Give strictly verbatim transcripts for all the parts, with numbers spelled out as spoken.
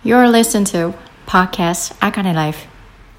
You're listening to Podcast Akane Life.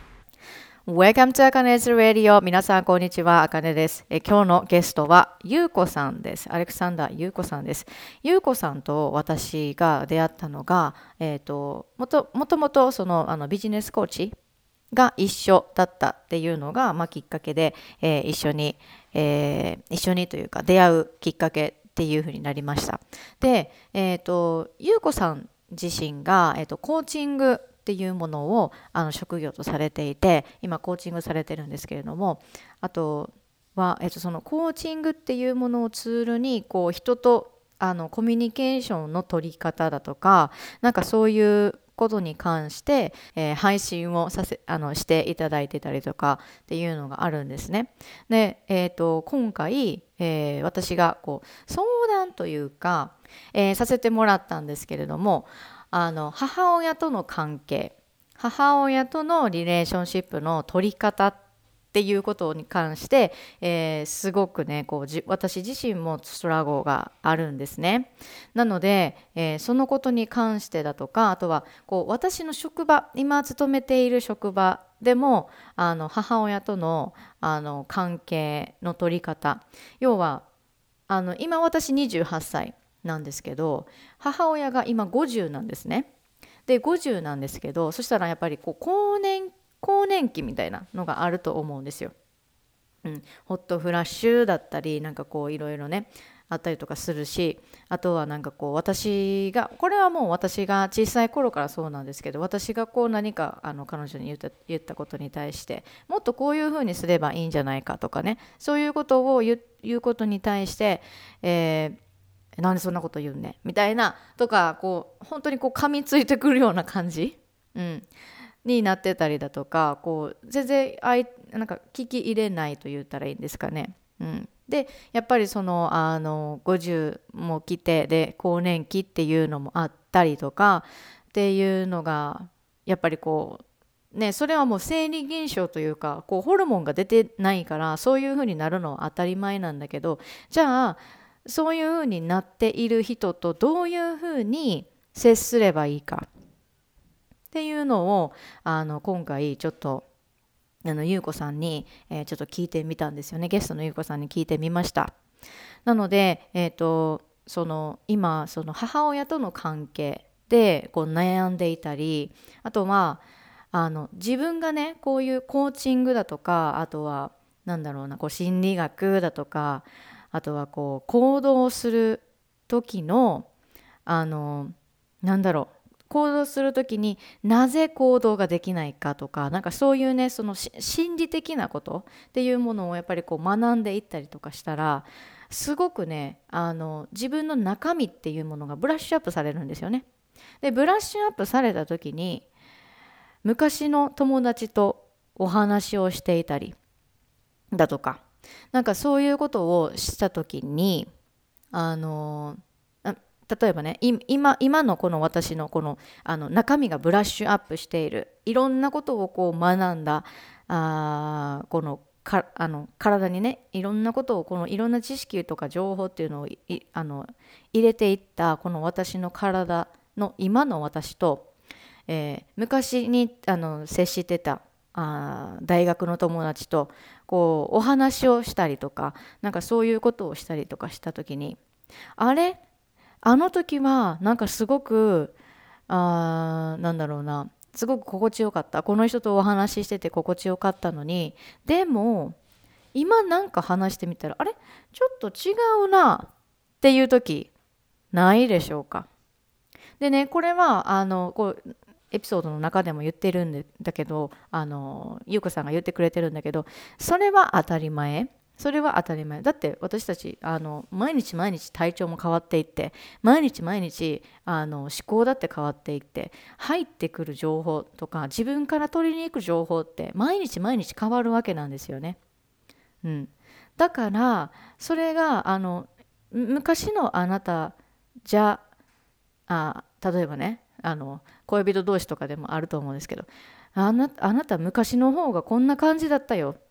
Welcome to Akane's Radio. 皆さんこんにちは、あかねです。え今日のゲストはゆうこさんです。アレクサンダーゆうこさんです。ゆうこさんと私が出会ったのが、えっと、もともともとそのあのビジネスコーチが一緒だったっていうのが、まあ、きっかけで、えー一緒に、えー一緒にというか出会うきっかけっていうふうになりました。で、えっと、ゆうこさん自身が、えっと、コーチングっていうものをあの職業とされていて、今コーチングされてるんですけれども、あとは、えっと、そのコーチングっていうものをツールにこう人とあのコミュニケーションの取り方だとか、なんかそういうことに関して、えー配信をさせあのしていただいてたりとかっていうのがあるんですね。で、えー、と今回、えー私がこう相談というか、えーさせてもらったんですけれども、あの母親との関係、母親とのリレーションシップの取り方っていうことに関して、えーすごくねこうじ私自身もストラゴがあるんですね。なので、えーそのことに関してだとか、あとはこう私の職場、今勤めている職場でもあの母親とのあの関係の取り方、要はあの今私にじゅうはっさいなんですけど、母親が今ごじゅうなんですね。でごじゅうなんですけど、そしたらやっぱりこう更年更年期みたいなのがあると思うんですよ。うん、ホットフラッシュだったり、なんかこういろいろねあったりとかするし、あとはなんかこう私が、これはもう私が小さい頃からそうなんですけど、私がこう何かあの彼女に言った、言ったことに対して、もっとこういうふうにすればいいんじゃないかとかね、そういうことを言う、言うことに対して、えーなんでそんなこと言うんねみたいなとか、こう本当にこう噛みついてくるような感じ、うん、になってたりだとか、こう全然あいなんか聞き入れないと言ったらいいんですかね。うん、でやっぱりそのあのごじゅうも来て、で更年期っていうのもあったりとかっていうのが、やっぱりこうね、それはもう生理現象というか、こうホルモンが出てないからそういう風になるのは当たり前なんだけど、じゃあそういう風になっている人とどういう風に接すればいいかっていうのを、あの今回ちょっとあのゆうこさんに、えーちょっと聞いてみたんですよね。ゲストのゆうこさんに聞いてみました。なので、えっとその今その母親との関係でこう悩んでいたり、あとはあの自分がねこういうコーチングだとか、あとはなんだろうな、こう心理学だとか、あとはこう行動する時のあのなんだろう、行動するときになぜ行動ができないかとか、なんかそういうね、そのし心理的なことっていうものをやっぱりこう学んでいったりとかしたら、すごくね、あの自分の中身っていうものがブラッシュアップされるんですよね。でブラッシュアップされた時に、昔の友達とお話をしていたりだとか、なんかそういうことをした時に、あのあ例えばね、い今今のこの私のこのあの中身がブラッシュアップしている、いろんなことをこう学んだ、あーこのかあの体にね、いろんなことを、このいろんな知識とか情報っていうのをいあの入れていったこの私の体の今の私と、えー昔にあの接してたあー大学の友達とこうお話をしたりとか、なんかそういうことをしたりとかした時に、あれあの時はなんかすごく、あーなんだろうな、すごく心地よかった、この人とお話ししてて心地よかったのに、でも今なんか話してみたら、あれちょっと違うなっていう時ないでしょうか。でね、これはあのこうエピソードの中でも言ってるんだけど、あのゆうこさんが言ってくれてるんだけど、それは当たり前。それは当たり前だって、私たちあの毎日毎日体調も変わっていって、毎日毎日あの思考だって変わっていって、入ってくる情報とか自分から取りに行く情報って毎日毎日変わるわけなんですよね。うん、だからそれがあの昔のあなたじゃ、あ例えばね、あの恋人同士とかでもあると思うんですけど、あなあなた昔の方がこんな感じだったよ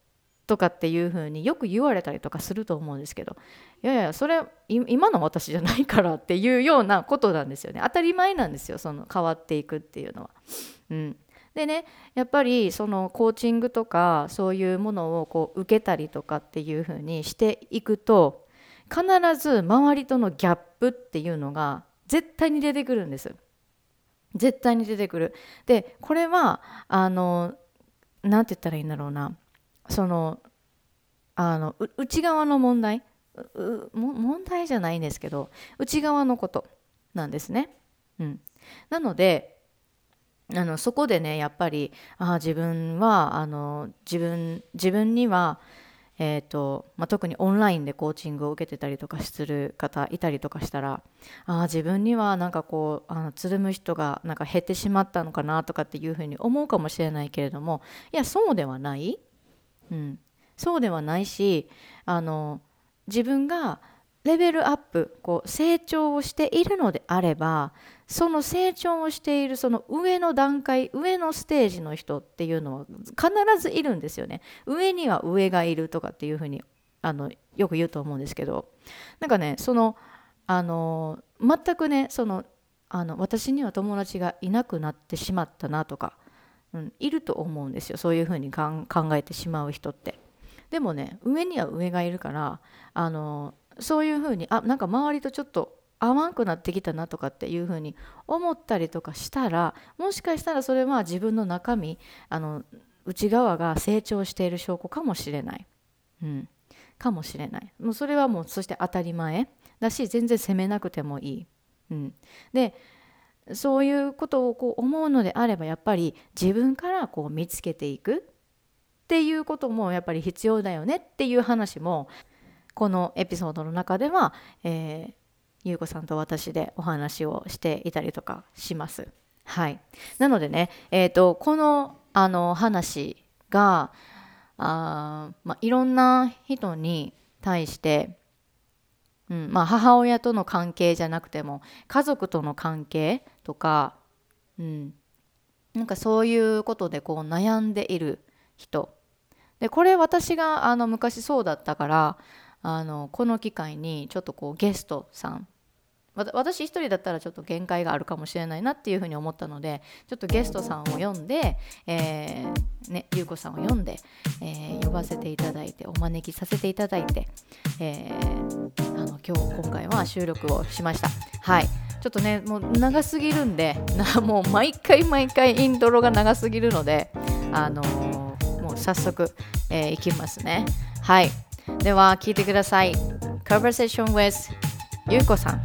とかっていう風によく言われたりとかすると思うんですけど、いやいやそれ今の私じゃないからっていうようなことなんですよね。当たり前なんですよ、その変わっていくっていうのは。うん、でね、やっぱりそのコーチングとかそういうものをこう受けたりとかっていう風にしていくと、必ず周りとのギャップっていうのが絶対に出てくるんです。絶対に出てくる。でこれはあのなんて言ったらいいんだろうな、そのあの内側の問題う問題じゃないんですけど、内側のことなんですね。うん、なのであのそこでね、やっぱりあ自分はあの自分自分にはえーとまあ、特にオンラインでコーチングを受けてたりとかする方いたりとかしたら、あ自分にはなんかこうあのつるむ人がなんか減ってしまったのかなとかっていうふうに思うかもしれないけれども、いやそうではない、うん、そうではないし、あの自分がレベルアップこう成長をしているのであれば、その成長をしているその上の段階、上のステージの人っていうのは必ずいるんですよね。上には上がいるとかっていうふうにあのよく言うと思うんですけど、なんかね、そのあの全くね、そのあの私には友達がいなくなってしまったなとか、うん、いると思うんですよ、そういうふうに考えてしまう人って。でもね、上には上がいるから、あのそういうふうにあなんか周りとちょっと合わんくなってきたなとかっていうふうに思ったりとかしたら、もしかしたらそれは自分の中身、あの内側が成長している証拠かもしれない、うん、かもしれない。もうそれはもうそして当たり前だし、全然責めなくてもいい、うん、でそういうことをこう思うのであれば、やっぱり自分からこう見つけていくっていうこともやっぱり必要だよねっていう話もこのエピソードの中では、えー、ゆうこさんと私でお話をしていたりとかします。はい。なのでね、えーと、この、あの話があ、まあ、いろんな人に対して、うんまあ、母親との関係じゃなくても家族との関係とか、うん、なんかそういうことでこう悩んでいる人で、これ私があの昔そうだったから、あのこの機会にちょっとこうゲストさん、私一人だったらちょっと限界があるかもしれないなっていうふうに思ったので、ちょっとゲストさんを呼んで、えーね、ゆうこさんを呼んで、えー、呼ばせていただいて、お招きさせていただいて、えー、あの今日今回は収録をしました。はい、ちょっとねもう長すぎるんで、もう毎回毎回イントロが長すぎるので、あのー、もう早速、えー、いきますね。はい、では聞いてください。 Conversation with ゆうこさん。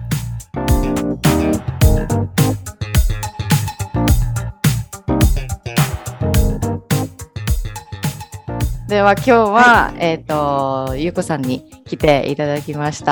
では今日は、はい、えっとゆうこさんに来ていただきました。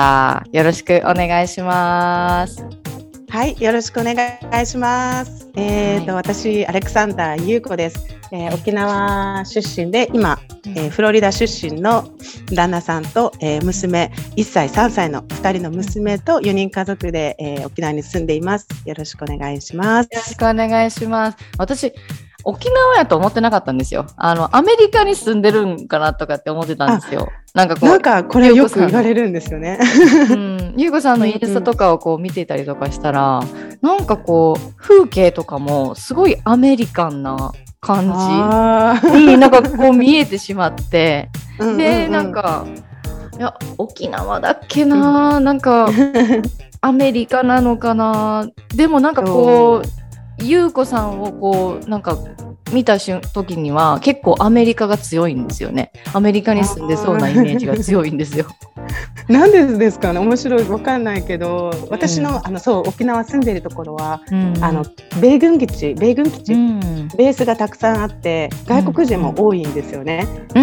よろしくお願いします。 はい、よろしくお願いします。えーと、はい、私アレクサンダー優子です。えー、沖縄出身で今、えー、フロリダ出身の旦那さんと、えー、娘いっさいさんさいのふたりの娘とよにん家族で、えー、沖縄に住んでいます。よろしくお願いします。 よろしくお願いします。私沖縄やと思ってなかったんですよ。あのアメリカに住んでるんかなとかって思ってたんですよ。なんかこうなんかこれよく言われるんですよね。 うん、ゆうこさんのインスタとかをこう見ていたりとかしたら、うんうん、なんかこう風景とかもすごいアメリカンな感じになんかこう見えてしまってで、なんかいや沖縄だっけな、うん、なんかアメリカなのかな、でもなんかこうゆうこさんをこうなんか見た時には結構アメリカが強いんですよね。アメリカに住んでそうなイメージが強いんですよ。 なんでですかね、面白い、分かんないけど、私の、うん、あのそう沖縄住んでるところは、うん、あの米軍基地米軍基地、うん、ベースがたくさんあって外国人も多いんですよね、うん、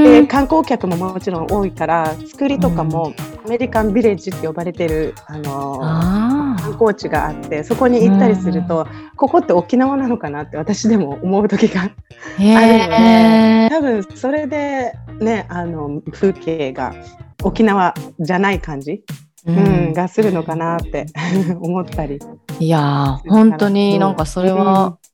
で観光客ももちろん多いから作りとかもアメリカンビレッジって呼ばれてる、あのー、観光地があって、そこに行ったりすると、ここって沖縄なのかなって私でも思う時があるので、多分それでね、あの風景が沖縄じゃない感じ、うんうん、がするのかなって思ったり。 いやー本当になんかそれは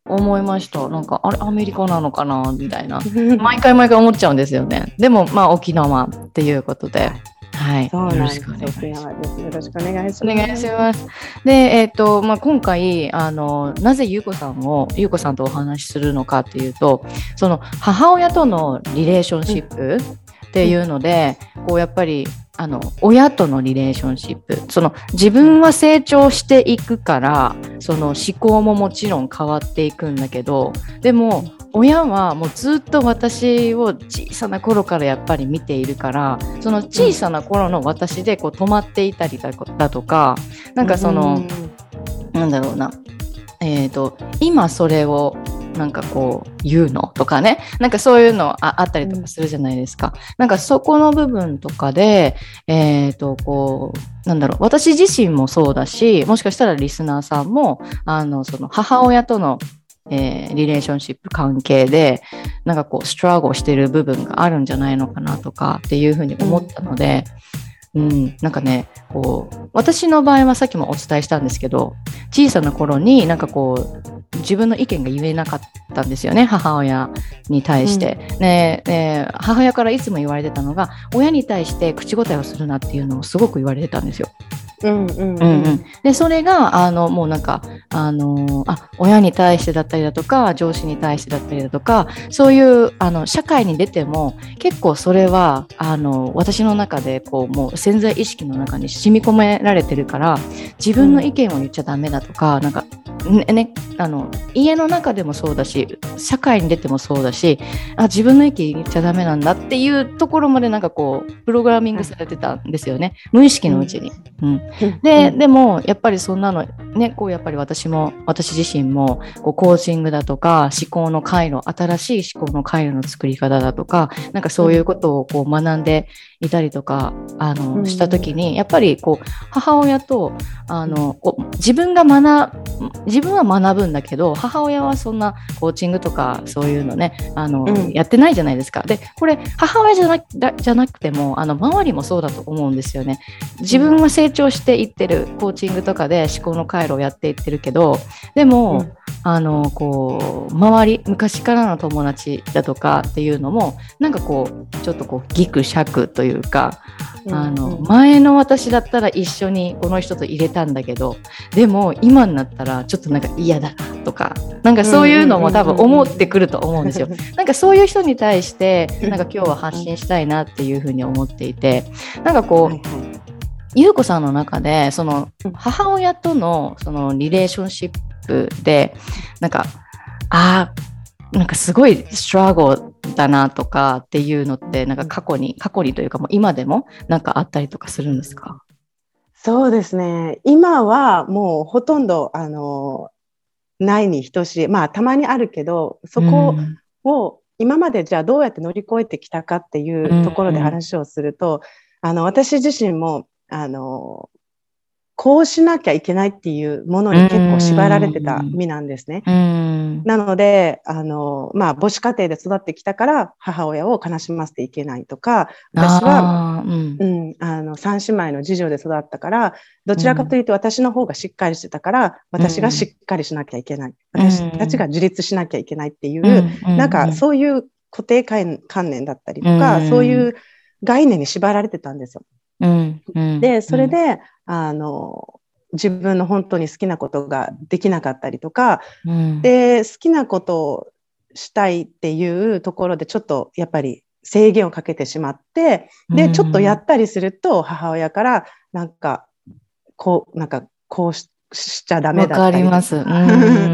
思いました。なんかあれアメリカなのかなみたいな毎回毎回思っちゃうんですよね。でもまあ沖縄っていうことで、はい、 そうなんです。 よろしくお願いします。 よろしくお願いします。 お願いします。で、えっとまあ、今回あのなぜゆうこさんをゆうこさんとお話しするのかっていうと、その母親とのリレーションシップっていうので、うん、こうやっぱりあの親とのリレーションシップ、その自分は成長していくからその思考ももちろん変わっていくんだけど、でも親はもうずっと私を小さな頃からやっぱり見ているから、その小さな頃の私でこう止まっていたりだとか、なんかその、うん、なんだろうな、えーと、今それをなんかこう言うのとかね、なんかそういうの あ, あったりとかするじゃないですか、うん、なんかそこの部分とかで、えーとこうなんだろう、私自身もそうだし、もしかしたらリスナーさんもあのその母親とのえー、リレーションシップ関係でなんかこうストラゴしてる部分があるんじゃないのかなとかっていうふうに思ったので、うん、うん、なんかねこう私の場合はさっきもお伝えしたんですけど、小さな頃になんかこう自分の意見が言えなかったんですよね、母親に対して、うん、ねね、母親からいつも言われてたのが、親に対して口答えをするなっていうのをすごく言われてたんですよ。うんうんうんうん、でそれがあのもうなんかあのあ親に対してだったりだとか上司に対してだったりだとか、そういうあの社会に出ても結構それはあの私の中でこうもう潜在意識の中に染み込められてるから、自分の意見を言っちゃダメだとか、うん、なんかね、ね、あの家の中でもそうだし社会に出てもそうだし、あ自分の意見言っちゃダメなんだっていうところまでなんかこうプログラミングされてたんですよね、無意識のうちに、うんで, でもやっぱりそんなのね、こうやっぱり私も私自身もこうコーチングだとか思考の回路、新しい思考の回路の作り方だとか、なんかそういうことをこう学んでいたりとかあのした時に、やっぱりこう母親とあのこう自分が学自分は学ぶんだけど、母親はそんなコーチングとかそういうのねあの、うん、やってないじゃないですか。でこれ母親じゃ な, じゃなくてもあの周りもそうだと思うんですよね。自分は成長していってる、コーチングとかで思考の回路をやっていってるけど、でも、うん、あのこう周り昔からの友達だとかっていうのもなんかこうちょっとこうギクシャクというか、うん、あの前の私だったら一緒にこの人と入れたんだけど、でも今になったらちょっとなんか嫌だなとか、なんかそういうのも多分思ってくると思うんですよ。なんかそういう人に対してなんか今日は発信したいなっていうふうに思っていて、なんかこう、はいはい、ゆうこさんの中でその母親とのそのリレーションシップでなんかあなんかすごいストラゴだなとかっていうのってなんか過去に過去にというかもう今でもなんかあったりとかするんですか？ そうですね、今はもうほとんどあのないに等しい、まあたまにあるけど、そこを今までじゃあどうやって乗り越えてきたかっていうところで話をすると、うん、あの私自身もあのこうしなきゃいけないっていうものに結構縛られてた身なんですね。なのであの、まあ、母子家庭で育ってきたから母親を悲しませていけないとか、私は、うんうん、あのさん姉妹の次女で育ったからどちらかというと私の方がしっかりしてたから、私がしっかりしなきゃいけない、私たちが自立しなきゃいけないっていう、なんかそういう固定観念だったりとか、そういう概念に縛られてたんですよ。うんうん、でそれであの自分の本当に好きなことができなかったりとか、うん、で好きなことをしたいっていうところでちょっとやっぱり制限をかけてしまって、でちょっとやったりすると母親からなんかこうなんかこう し, しちゃダメだったりとか、うん、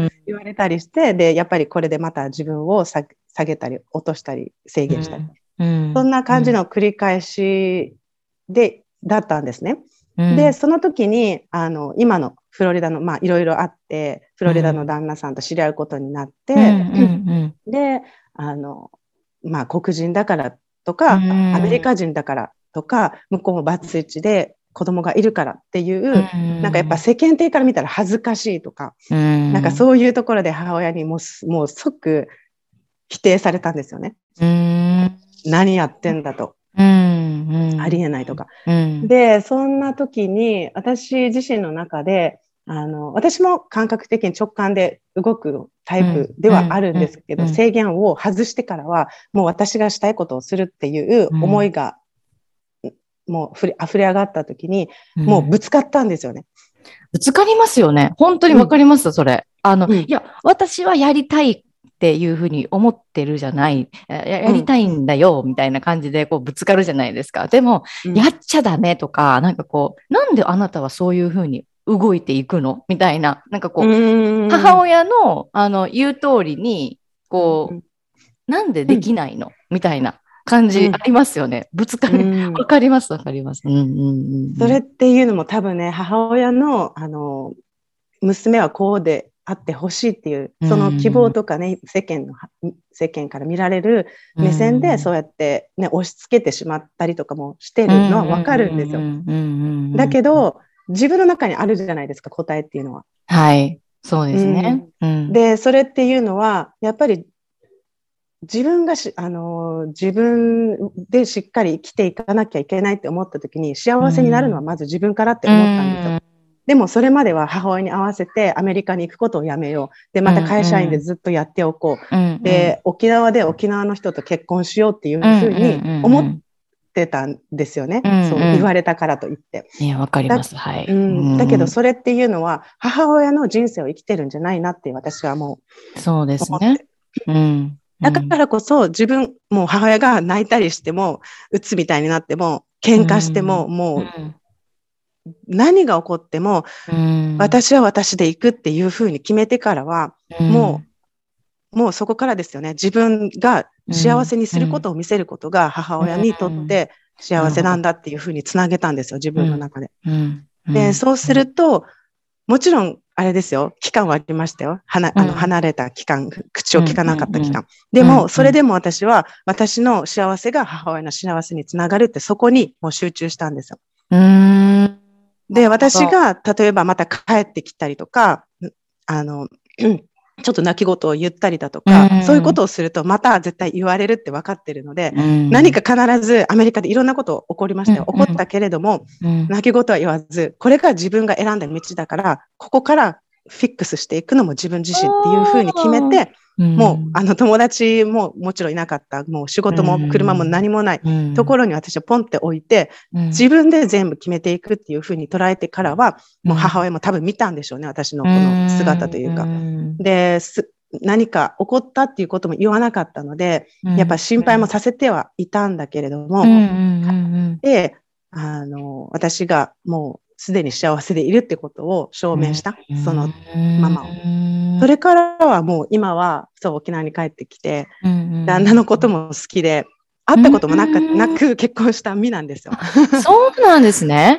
言われたりして、でやっぱりこれでまた自分を下げたり落としたり制限したり、うん、そんな感じの繰り返しでだったんですね。うん、でその時にあの今のフロリダのまあいろいろあってフロリダの旦那さんと知り合うことになって、うんうんうん、であの、まあ、黒人だからとか、うん、アメリカ人だからとか向こうもバツイチで子供がいるからっていう、うん、なんかやっぱ世間体から見たら恥ずかしいとか、うん、なんかそういうところで母親にもう、もう即否定されたんですよね。うん、何やってんだと。うんうん、ありえないとか、うん、でそんな時に私自身の中であの、私も感覚的に直感で動くタイプではあるんですけど、制限を外してからは、もう私がしたいことをするっていう思いが、もうふれ溢れ上がった時に、もうぶつかったんですよね。 ぶつかりますよね。本当にわかります、うん、それ。あの、うん、いや、私はやりたいっていうふうに思ってるじゃない、や, やりたいんだよ、みたいな感じでこうぶつかるじゃないですか。でも、うん、やっちゃダメとか、なんかこう、なんであなたはそういうふうに動いていくのみたいな、なんかこう、う母親のあの言う通りに、こう、うん、なんでできないのみたいな感じありますよね。ぶつかる。わ、うん、かります、わかります、うんうんうん。 それっていうのも多分ね、母親の、あの、娘はこうであってほしいっていう、その希望とかね、世間の、世間から見られる目線で、そうやってね、押し付けてしまったりとかもしてるのはわかるんですよ。だけど、自分の中にあるじゃないですか、答えっていうのは。 はい。そうですね。 うん、で、それっていうのは、やっぱり、自分がし、あの、自分でしっかり生きていかなきゃいけないって思った時に、幸せになるのはまず自分からって思ったんですよ。でもそれまでは母親に合わせてアメリカに行くことをやめよう。で、また会社員でずっとやっておこう。うんうん、で、沖縄で沖縄の人と結婚しようっていうふうに思ってたんですよね。うんうん、そう言われたからといって。 いや、わかります。はい、 うん。だけどそれっていうのは母親の人生を生きてるんじゃないなって私はもう。 そうですね。うん。 だからこそ自分、もう母親が泣いたりしても、うつみたいになっても、喧嘩しても、もう、何が起こっても、私は私で行くっていうふうに決めてからは、もう、もうそこからですよね。自分が幸せにすることを見せることが母親にとって幸せなんだっていうふうにつなげたんですよ、自分の中で。で、そうすると、もちろん、あれですよ。期間はありましたよ。はな、あの、離れた期間、口を聞かなかった期間。でも、それでも私は、私の幸せが母親の幸せにつながるって、そこにもう集中したんですよ。 うーん。 で、私が、例えばまた帰ってきたりとか、あの、ちょっと泣き言を言ったりだとか、そういうことをすると、また絶対言われるって分かってるので、何か必ずアメリカでいろんなこと起こりましたよ。起こったけれども、泣き言は言わず、これが自分が選んだ道だから、ここからフィックスしていくのも自分自身っていうふうに決めて、もう、あの、友達ももちろんいなかった、もう仕事も車も何もないところに私はポンって置いて、自分で全部決めていくっていうふうに捉えてからは、もう母親も多分見たんでしょうね、私のこの姿というか。で、何か起こったっていうことも言わなかったので、やっぱ心配もさせてはいたんだけれども、で、あの、私がもうすでに幸せでいるってことを証明した、そのママを。それからはもう今は、そう、沖縄に帰ってきて、旦那のことも好きで、会ったこともなく、なく結婚した身なんですよ。 そうなんですね。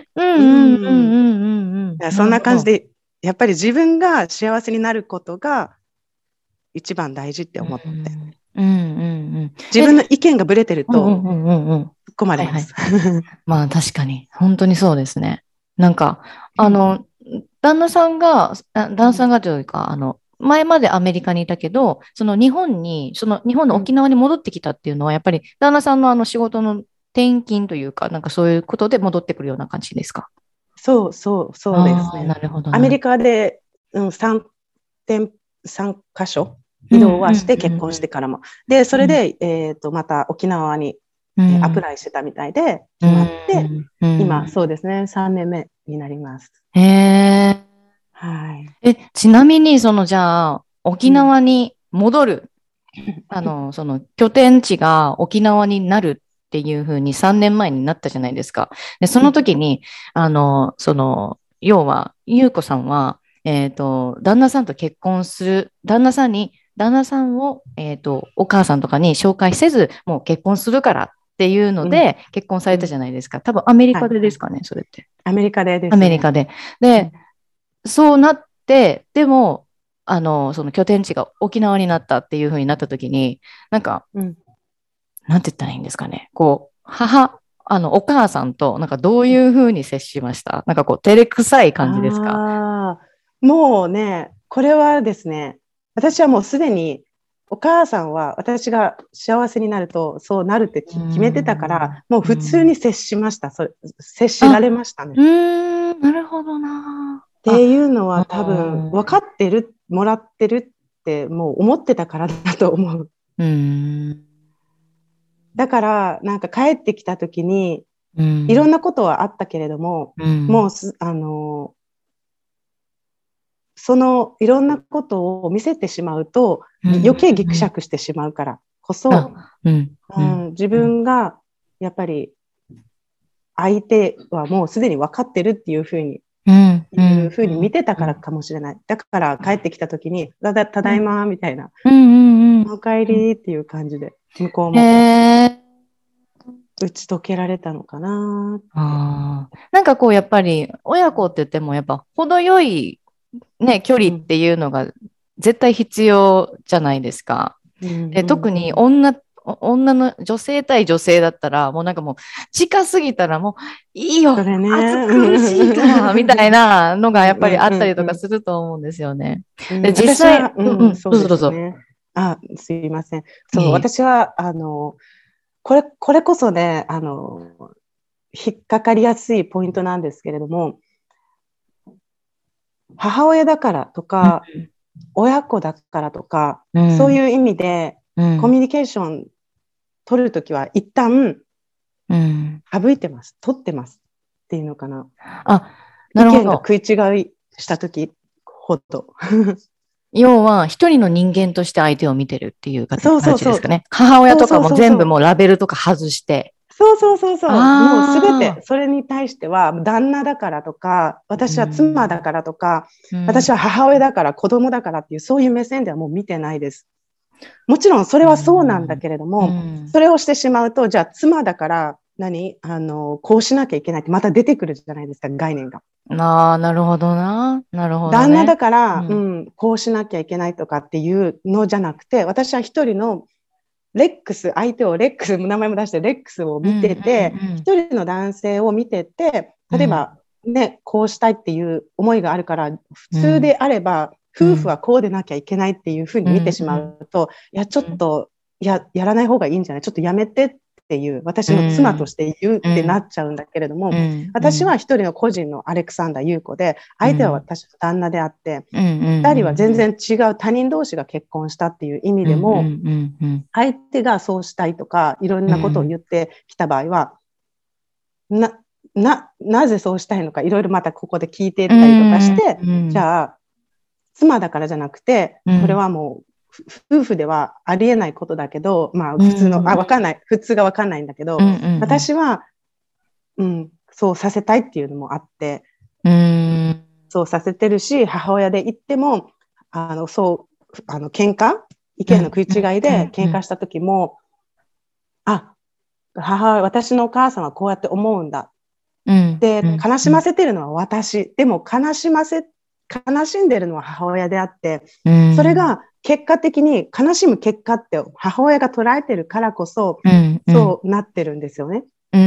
そんな感じで、やっぱり自分が幸せになることが一番大事って思って。自分の意見がぶれてると困ります。 まあ確かに、本当にそうですね。なんか、あの、旦那さんが、旦那さんがというか、あの、前までアメリカにいたけど、その日本に、その日本の沖縄に戻ってきたっていうのは、やっぱり旦那さんのあの仕事の転勤というか、なんかそういうことで戻ってくるような感じですか？ そうそう、そうですね。 なるほど。 アメリカで、うん、さんてん、さんカ所移動はして結婚してからも。で、それで、えっと、また沖縄に、えー、アプライしてたみたいで、決まって、今、そうですね、さんねんめになります。 へー。はい。え、ちなみに、その、じゃあ、沖縄に戻る、うん、あの、その、拠点地が沖縄になるっていうふうにさんねんまえになったじゃないですか。で、その時に、あの、その、要は、優子さんは、えっと、旦那さんと結婚する、旦那さんに、旦那さんを、えっと、お母さんとかに紹介せず、もう結婚するからっていうので、結婚されたじゃないですか。多分アメリカでですかね、はい、それって。 アメリカでですね。 アメリカで。で、うん、そうなって、でも、あの、その拠点地が沖縄になったっていう風になった時に、なんか、うん、なんて言ったらいいんですかね。こう、母、あの、お母さんと、なんかどういう風に接しました？なんかこう、照れくさい感じですか？ ああ、もうね、これはですね、私はもうすでに、お母さんは私が幸せになるとそうなるって決めてたから、もう普通に接しました。それ接しられましたね。 うーん、なるほどな。 っていうのは多分分かってる、もらってるってもう思ってたからだと思う。 うん、 だからなんか帰ってきた時に、 うん、 いろんなことはあったけれども、 うん、 もうあのそのいろんなことを見せてしまうと、うん、余計ぎくしゃくしてしまうからこそ、うんうん、自分がやっぱり相手はもうすでに分かってるっていうふうに、うん、いうふうに見てたからかもしれない。だから帰ってきた時にただ、ただいまみたいな、うんうんうん、お帰りっていう感じで向こうも打ち解けられたのかなって。 あ、なんかこうやっぱり親子って言ってもやっぱ程よいね、距離っていうのが絶対必要じゃないですか。うん、で特に女、女の女性対女性だったらもうなんかもう近すぎたらもういいよ、ね、暑苦しいからみたいなのがやっぱりあったりとかすると思うんですよね。で実際、 うんうん、そうですね、どうぞどうぞ。あ、すいません。そう、えー、私はあのこれこれこそね、あの引っかかりやすいポイントなんですけれども、母親だからとか、うん、親子だからとか、うん、そういう意味で、うん、コミュニケーション取るときは一旦、うん、省いてます、取ってますっていうのかな。あ、なるほど。意見が食い違いしたときほど。 要は一人の人間として相手を見てるっていう形ですかね。母親とかも全部もうラベルとか外して。 そうそうそうそう。もうすべてそれに対しては旦那だからとか、私は妻だからとか、うん、私は母親だから子供だからっていうそういう目線ではもう見てないです。もちろんそれはそうなんだけれども、うん、それをしてしまうと、じゃあ妻だから何あのこうしなきゃいけないってまた出てくるじゃないですか、概念が。 ああ、なるほどな。なるほど、ね。 旦那だから、うん、うん、こうしなきゃいけないとかっていうのじゃなくて、私は一人のレックス、相手をレックス、名前も出してレックスを見てて、一、うんうんうん、人の男性を見てて、例えば、ね、うん、こうしたいっていう思いがあるから、普通であれば、うん、夫婦はこうでなきゃいけないっていうふうに見てしまうと、うんうん、いや、ちょっと、や、やらない方がいいんじゃない？ちょっとやめてっていう、私の妻として言うってなっちゃうんだけれども、うん、私は一人の個人のアレクサンダー優子で、相手は私の旦那であって、うん、二人は全然違う他人同士が結婚したっていう意味でも、うんうんうん、相手がそうしたいとか、いろんなことを言ってきた場合は、な、な、なぜそうしたいのか、いろいろまたここで聞いていったりとかして、うんうん、じゃあ、妻だからじゃなくて、これはもう、夫婦ではありえないことだけど、まあ普通の、うん、あ、わかんない、普通がわかんないんだけど、うんうんうん、私は、うん、そうさせたいっていうのもあって、うん、そうさせてるし、母親で言っても、あの、そう、あの、喧嘩意見の食い違いで喧嘩した時も、うんうんうん、あ、母親、私のお母さんはこうやって思うんだ。うん、で、悲しませてるのは私。でも悲しませ、悲しんでるのは母親であって、うん、それが結果的に悲しむ結果って母親が捉えてるからこそ、うんうん、そうなってるんですよね。うん、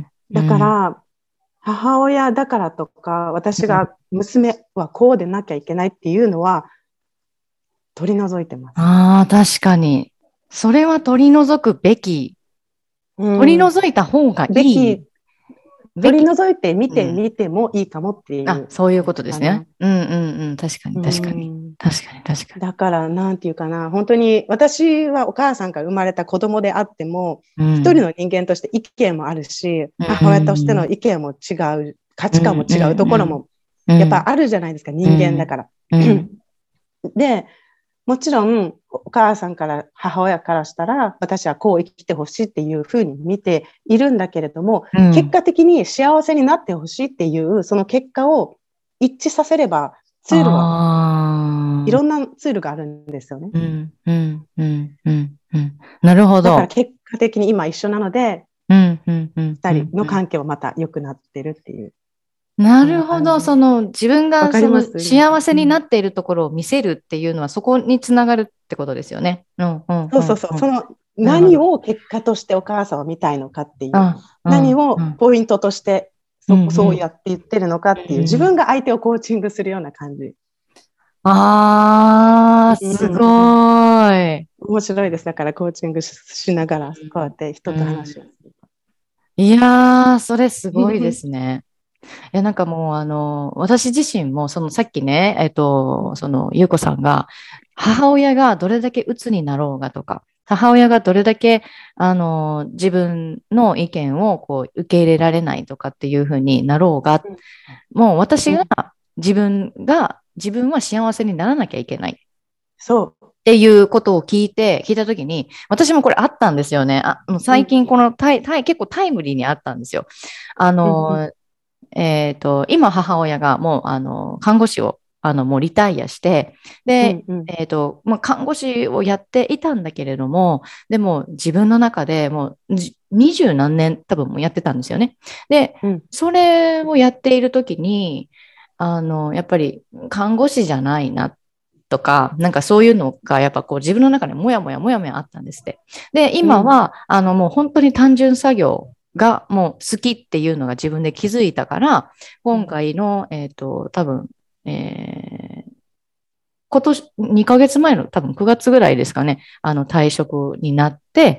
だから、母親だからとか、私が娘はこうでなきゃいけないっていうのは取り除いてます。 ああ、確かに。それは取り除くべき。うん、取り除いた方がいい。べき取り除いて見てみてもいいかもっていう、うん、 あ、そういうことですね。うんうんうん、確かに確かに、うん、確かに確かに。 だからなんていうかな、本当に私はお母さんから生まれた子供であっても、うん、一人の人間として意見もあるし、うん、母親としての意見も違う、価値観も違うところもやっぱあるじゃないですか、人間だから。うん、で、もちろんお母さんから母親からしたら私はこう生きてほしいっていうふうに見ているんだけれども、うん、結果的に幸せになってほしいっていうその結果を一致させればツールはいろんなツールがあるんですよね。うんうんうんうんうん、なるほど。だから結果的に今一緒なので、うんうんうんうん、ふたりの関係はまた良くなってるっていう。 なるほど。その自分がその幸せになっているところを見せるっていうのはそこにつながるってことですよね。うんうんうん、 そうそうそう。その何を結果としてお母さんは見たいのかっていう、何をポイントとしてそ、うん、そうやって言ってるのかっていう、うん、自分が相手をコーチングするような感じ。 あー、すごい。 面白いです。だからコーチング し, しながらこうやって人と話をする。 いやー、それすごいですね。 や、なんかもう、あの、私自身も、そのさっきね、えっと、その、ゆうこさんが、母親がどれだけ鬱になろうがとか、母親がどれだけ、あの、自分の意見をこう受け入れられないとかっていうふうになろうが、もう私が、 うん、 自分が、自分は幸せにならなきゃいけない。 そう。 っていうことを聞いて、聞いたときに、私もこれあったんですよね。あ、もう最近このタイ、タイ、結構タイムリーにあったんですよ。あうん、うん、 の、えっと、今母親がもう、あの、看護師を、あの、もうリタイアして、で、 うん、うん、 えっと、まあ、看護師をやっていたんだけれども、でも自分の中でもうじ二十何年多分もうやってたんですよね。で、 うん、 それをやっているときに、あの、やっぱり看護師じゃないなとか、なんかそういうのがやっぱこう自分の中でもやもやもやもやあったんですって。で、今は、あのもう本当に単純作業がもう好きっていうのが自分で気づいたから、今回の、えっと、多分、えー今年、にかげつまえの多分くがつぐらいですかね、あの退職になって、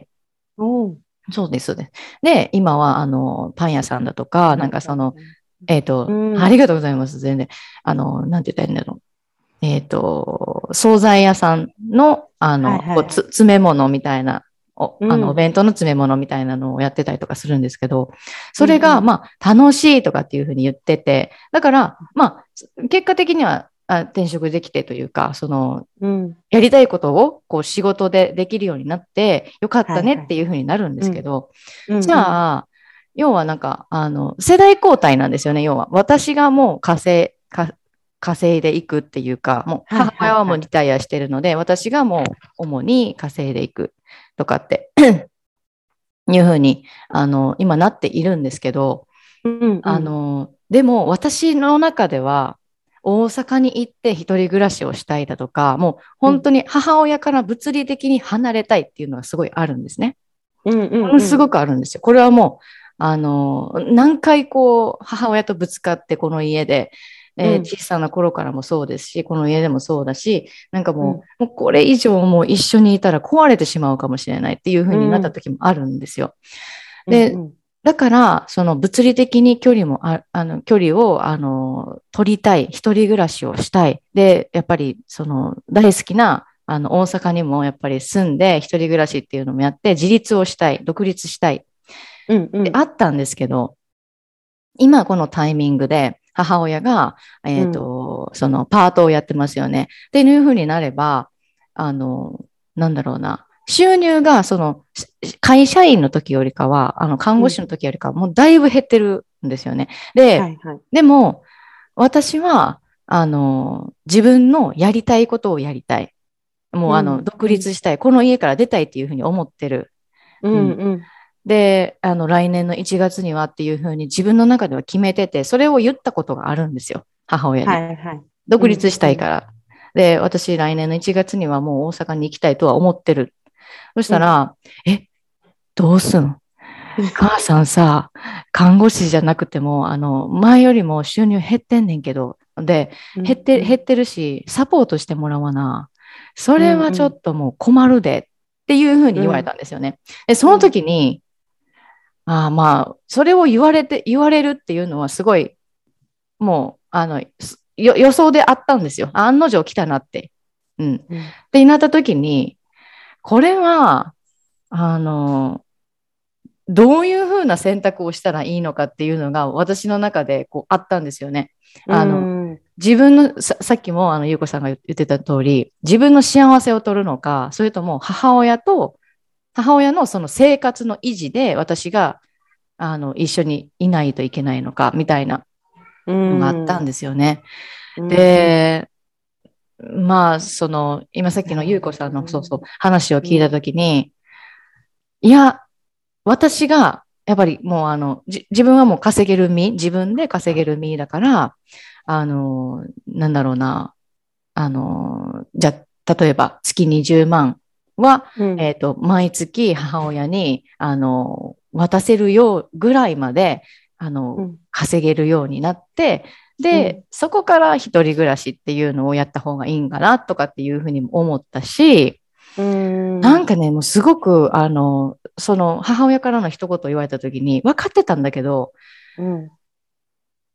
うん。 そうです、そうです。で、今はあのパン屋さんだとか、なんかその、えっと、ありがとうございます、全然。あの、なんて言ったらいいんだろう。えっと、惣菜屋さんの、あの、こうつ、 はいはいはい。 詰め物みたいな、お、あの、おうん、 弁当の詰め物みたいなのをやってたりとかするんですけど、そうん、 れが、 うん、 まあ、楽しいとかっていうふうに言ってて、だから、まあ、結果的には、あ、転職できてというか、その、 うん。 やりたいことを、こう、仕事でできるようになって、よかったはいはい。 ねっていうふうになるんでうん、 すけど、 うん、 じうん。 ゃあ、要はなんか、あの、世代交代なんですよね、要は。私がもう稼い、か稼いでいくっていうか、もうはい母親はもうはいはい。 リタイアしてるので、私がもう主に稼いでいくとかっていうふうに、あの、今なっているんですけど、 うんうあん。 の、でも私の中では、大阪に行って一人暮らしをしたいだとか、もう本当うんに母親から物理的に離れたいっていうのがすごいあるんですね。 うんうんうん。 ものすごくあるんですよ。これはもう、あの、何回こう、母親とぶつかってこの家で、えーうん小さな頃からもそうですし、この家でもそうだし、なんかもうんう、もうこれ以上もう一緒にいたら壊れてしまうかもしれないっていう風になったうん時もあるんですよ。で、 うんうんだから、その物理的に距離もあ、あの、距離を、あの、取りたい、一人暮らしをしたい。で、やっぱり、その、大好きな、あの、大阪にもやっぱり住んで、一人暮らしっていうのもやって、自立をしたい、独立したい。 うんうんであったんですけど、今このタイミングで母親が、えっうんと、そのパートをやってますよね。っていうふうになれば、あの、なんだろうな、収入がその会社員の時よりかは、あの看護師の時よりかはもうだいぶ減ってるんですよね。で、 はいはい。 でも私は、あの、自分のやりたいことをやりたい。もうあの、 うん独立したい。この家から出たいっていうふうに思ってる。 ううん。 んうんで、あの、来年のいちがつにはっていうふうに自分の中では決めてて、それを言ったことがあるんですよ。母親に。 はいはい。う独立しんうんたいから。で、私来年のいちがつにはもう大阪に行きたいとは思ってる。そしうんたら、え、どうすん母さんさ、看護師じゃなくても、あの、前よりも収入減ってんねんけど、で、 うん減って、 うん減ってるし、サポートしてもらわな。それはちょうんうんっともう困るでっていうふうに言われうんたんですよね。で、そのうん時に、ああまあ、それを言われて、言われるっていうのはすごい、もう、あの、すよ予想であったんですよ。案の定来たなって。うん。っうんてなった時に、これは、あの、どういうふうな選択をしたらいいのかっていうのが私の中でこうあったんですよね。 うあの、 ん自分のさ、さっきもあの、ゆうこさんが言ってた通り、自分の幸せを取るのか、それとも母親と、母親のその生活の維持で私があの一緒にいないといけないのか、みたいなうのがあったんんですよね。 うんうん。 で、まあ、その、今さっきのゆうこなるほどさんのそうそうね。 話を聞いたうんときに、いや、私が、やっぱりもうあの、じ自分はもう稼げる身、自分で稼げる身だから、あの、なんだろうな、あの、じゃあ、例えば月にじゅうまんは、 うんえっと、毎月母親に、あの、渡せるようぐらいまで、あの、 うん稼げるようになって、で、 うんそこから一人暮らしっていうのをやった方がいいんかなとかっていうふうにも思ったし、 うんなんかね、もうすごく、あの、その母親からの一言を言われた時に分かってたんだけど、 うん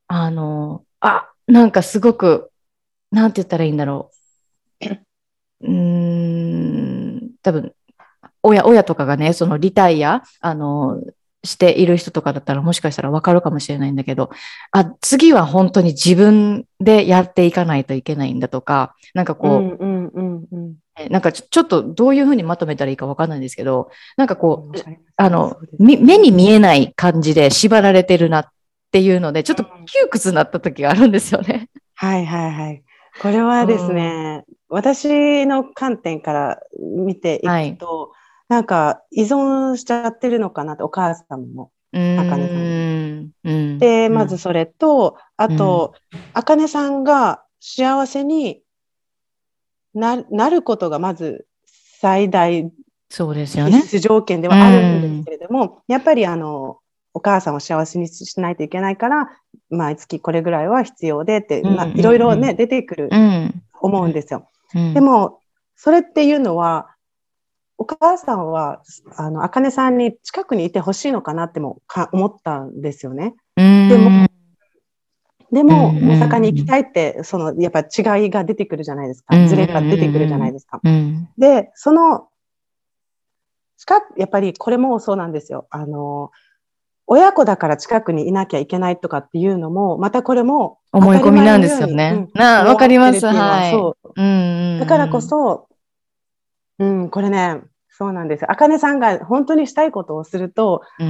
あの、あ、なんかすごく、なんて言ったらいいんだろう。うーん、多分、親、親とかがね、そのリタイア、あの、している人とかだったらもしかしたらわかるかもしれないんだけど、あ、次は本当に自分でやっていかないといけないんだとか、なんかこうんうんうんうん。 う、なんかちょ、ちょっとどういうふうにまとめたらいいかわかんないんですけど、なんかこう、 わかります。 あの、 そうですみ目にね。 見えない感じで縛られてるなっていうので、ちょっとうん窮屈になった時があるんですよね。 はいはいはい。これはですうん。 ね、私の観点から見ていはい。 くと、なんか依存しちゃってるのかなって、お母さんも、 うあかねさんも。 ーん。うん。 で、 うん。 まずそれと、あうん。 と、あかねさんが幸せにな、なることがまず最大そうですよね。 必須条件でうはあるんですん。 けれども、やっぱりあの、お母さんを幸せにしないといけないから、毎月これぐらいは必要でって、 うん。うまあ、いろいろね、 ん。 出てくるうん。 思うんですよ。 うん。 でも、それっていうのは、お母さんは、あの、あかねさんに近くにいてほしいのかなってもか思ったんですよね。 うでも、 ん。 でうも、大阪に行きん。 たいって、その、やっぱ違いが出てくるじゃないですか。ズうん。 レが出てくるじゃないですか。 うん。 で、その、近く、やっぱりこれもそうなんですよ。あの、親子だから近くにいなきゃいけないとかっていうのも、またこれも当思いたり前込みなんでのように、うすよね。 ん、 な、わ思われてかります。 るっていうのははい。 そう。 うん。 だからうん。 こそ、うん、これね、そうなんですよ。あかねさんが本当にしたいことをすると、 うん。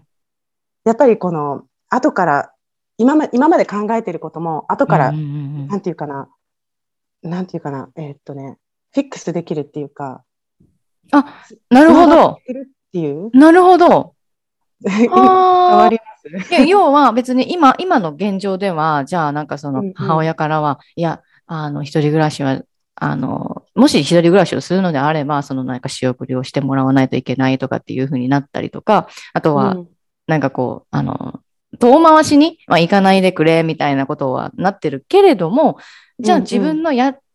やっぱりこの、後から、今ま、今まで考えていることも、後うん。うん。うから、なん。 んていうかな、なんていうかな、えーっとね、フィックスできるっていうか、 あ、 つ、 なつながってるほど。 いるっていう、 なるほど。 伝わはあ。 りますいや、要は別に今、今の現状では、じゃあなんかそのうんうん。 母親からは、いや、あの、一人暮らしは、あの、もし一人暮らしをするのであれば、そのなんか仕送りをしてもらわないといけないとかっていう風になったりとか、あとは、 うん。 なんかこう、あの、遠回しに、まあ、行かないでくれみたいなことはなってるけれども、じゃあ自うんうん。 分のやった、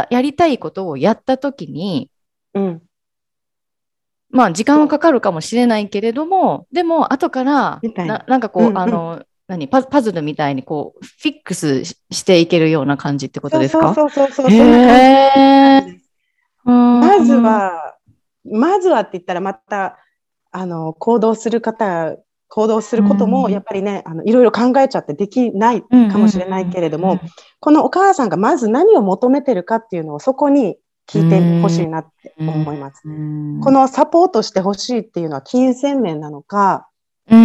やりたいことをやったときに、 うん。 まあ、時間はそう。 かかるかもしれないけれども、でも、後から、な、 みたいな。 なんかこう、 うんうん。 あの、何、パ、パズルみたいにこう、フィックスし、していけるような感じってことそうですか？ そうそうそうそう、 へそんな感じです。そんな感え、 じです。 うーまずん、 は、まずはって言ったらまた、あの、行動する方、行動すうることも、やん、 っぱりね、あの、いろいろ考えちゃってできないうん、うん、 かもしれないけれども、このお母さんがまず何を求めてるかっていうのをそこにう聞いてほしん、 いなってうん、 思います。 うん、 このサポートしてほしいっていうのは金銭面なのか、 うん、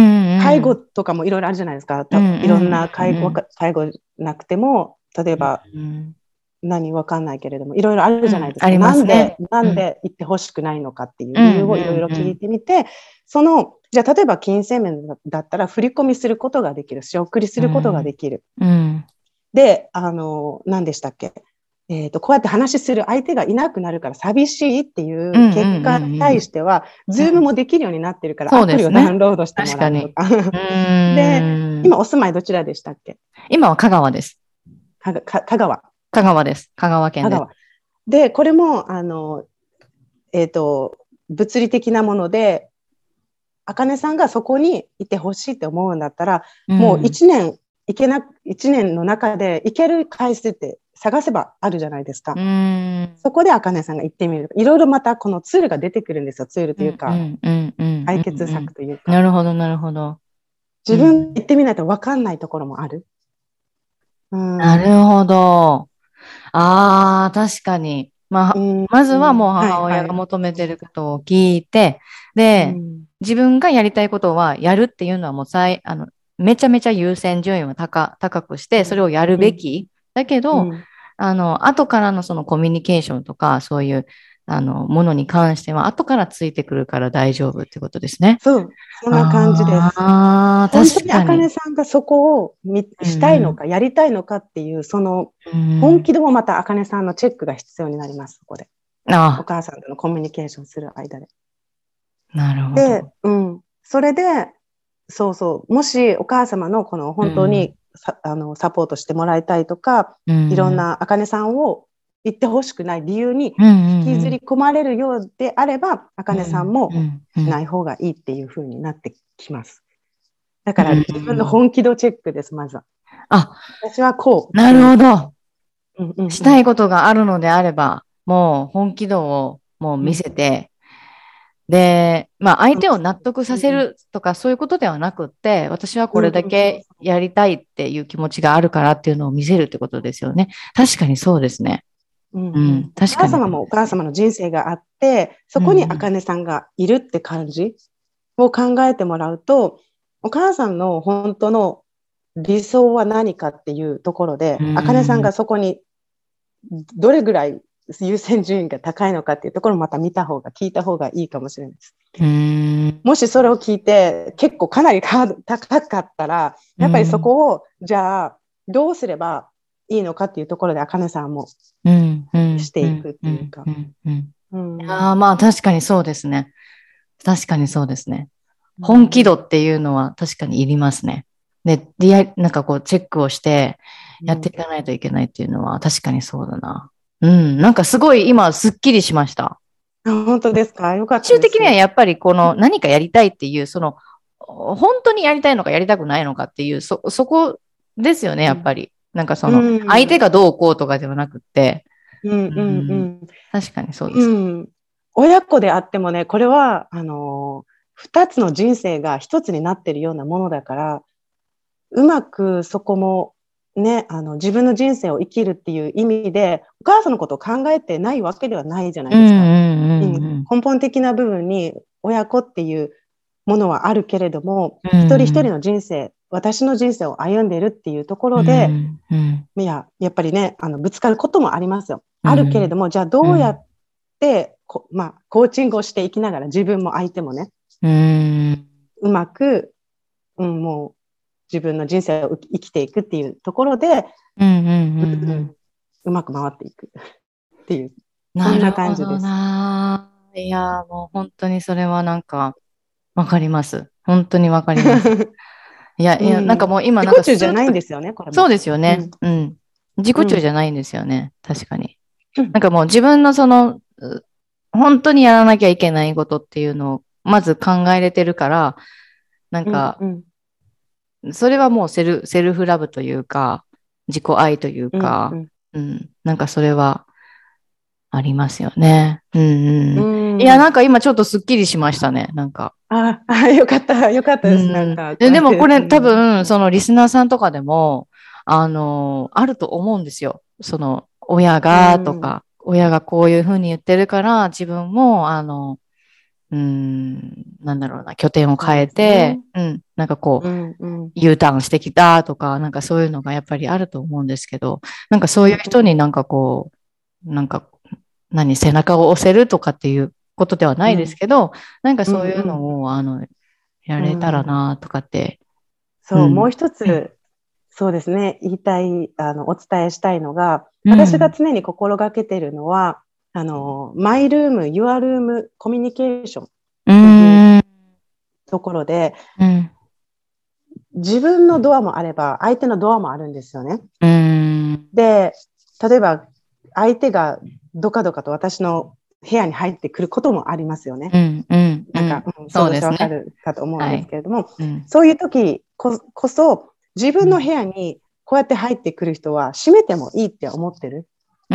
介護とかもいろいろあるじゃないですか。 うん、 たいろんうん、 な介護、介護なくても、例えばうん、 何わかんないけれども、いろいろあるうん、 じゃないですか。 ありますね。 なんで、なうん、 んで行ってほしくないのかっていううん、 理由をいろいろうん、 聞いてみて、その、じゃあ例えば金銭面だったら振り込みすることができる、仕送りすうることがでん、 きる。 うん、 で、あの、何でしたっけ。えーと、こうやって話する相手がいなくなるから寂しいっていうん、 ううん、 結果にうん、 対しては、ズームもできるようになってるからそうアプリをダウですね。 ンロードしても確かに。 らうとか。 うで、 ーん。 今お住まいどちらでしたっけ？ 今は香川です。 かか香川。 香川です。香川県です。 香川。で、これも、あの、えっと、物理的なもので、あかねさんがそこにいてほしいって思うんだったら、もううん。 一年、いけな、一年の中で行ける回数って探せばあるじゃないですか。 うん。 そこであかねさんが行ってみる。いろいろまたこのツールが出てくるんですよ。ツールうん。うというか、 ん。うん。うん。 解うん。うん。 決策というか。 なるほど、なるほど。う自分ん。 行ってみないと分かんないところもある。うん。 なるほど。ああ、確かに。まあ、 うん。 まずはもううん。はい母親がはい。 求めてることを聞いて、で、 うん。 自分がやりたいことはやるっていうのはもう最、あの、めちゃめちゃ優先順位を高、高くして、それうん。 をやるうん。 べき。だけど、 うん。 あの、後からのそのコミュニケーションとか、そういう、あの、ものに関しては、後からついてくるから大丈夫ってことですね。 そう。そんな感じです。 ああ、 本当にあ確かに。 かねさんがそこをみうんうん。 したいのか、やりたいのかっていう、そのうん。 本気でもまたあかねさんのチェックが必要になります、そこで。おあ、 母さんとのコミュニケーションする間で。 なるほで、 ど。 うん。それで、そうそう、もしお母様のこのうん。 本当にさあのサポートしてもらいたいとか、 ういろんん。 なあかねさんを言ってほしくない理由にうんうん引きずりうん。 込まれるようであれば、あかねさんうんうもんうん。 しない方がいいっていう風になってきます。だうから自分のん。 本気度チェックです、まずは。 あ、 私はこう。 なるほど。 うんうんうん、 したいことがあるのであれば、もう本気度をもう見せて、うん、で、まあ相手を納得させるとかそういうことではなくって、私はこれだけやりたいっていう気持ちがあるからっていうのを見せるってことですよね。確かにそうですね。 うんうん、確かに。お母様もお母様の人生があって、そこにあかねさんがいるって感じを考えてもらうと、お母さんの本当の理想は何かっていうところで、あかねさんがそこにどれぐらい優先順位が高いのかっていうところをまた見た方が、聞いた方がいいかもしれないです。 うーん、 もしそれを聞いて結構かなりハード高かったら、やっぱりそこを、じゃあどうすればいいのかっていうところであかねさんもしていくっていうか。 ああ、まあ確かにそうですね。確かにそうですね。本気度っていうのは確かにいりますね。で、リアなんかこうチェックをしてやっていかないといけないっていうのは確かにそうだな。うん、なんかすごい今すっきりしました。 本当ですか？よかったです。 最終的にはやっぱりこの何かやりたいっていう、その本当にやりたいのかやりたくないのかっていう、そ、そこですよね、やっぱり。なんかその相手がどうこうとかではなくって、 うんうんうん、 確かにそうです、 うん。親子であってもね、これはあの二つの人生が一つになってるようなものだから、うまくそこもね、あの自分の人生を生きるっていう意味でお母さんのことを考えてないわけではないじゃないですか。根本的な部分に親子っていうものはあるけれども、うん、一人一人の人生、私の人生を歩んでいるっていうところで、うんうん、いや、やっぱりね、あのぶつかることもありますよ。うん、あるけれども、じゃあどうやってこ、まあ、コーチングをしていきながら自分も相手もね、うん、うまく、うん、もう自分の人生を生きていくっていうところで、うまく回っていくっていう、そんな感じです。 いや、もう本当にそれはなんかわかります。本当にわかります。いや、いや、なんかもう今なんか自己中じゃないんですよね、これも。 そうですよね。うん。うん、自己中じゃないんですよね。うん、確かに。なんかもう自分のその、本当にやらなきゃいけないことっていうのをまず考えれてるから、なんか、うんうん、それはもうセル、セルフラブというか、自己愛というか、うんうん、なんかそれはありますよね。うんうん。うん、いや、なんか今ちょっとスッキリしましたね。なんか。 ああ、よかった、よかったです。うん、なんか。 で、でもこれ多分、そのリスナーさんとかでも、あの、あると思うんですよ。その、親がとか、うん、親がこういうふうに言ってるから、自分も、あの、うん、なんだろうな、拠点を変えて、うね、うん、なんかこう、うんうん、U ターンしてきたとか、なんかそういうのがやっぱりあると思うんですけど、なんかそういう人になんかこう、なんか、何、背中を押せるとかっていうことではないですけど、うん、なんかそういうのを、うんうん、あの、やれたらなとかって。 うん、そう、うん、もう一つ、そうですね、言いたい、あの、お伝えしたいのが、私が常に心がけているのは、あの、マイルーム、ユアルームコミュニケーションっていうところで、うん、自分のドアもあれば、相手のドアもあるんですよね。うん、で、例えば、相手がどかどかと私の部屋に入ってくることもありますよね。うんうん、なんか、うん、そうですね。わかるかと思うんですけれども、はいうん、そういう時 こ, こそ、自分の部屋にこうやって入ってくる人は閉めてもいいって思ってる。うん、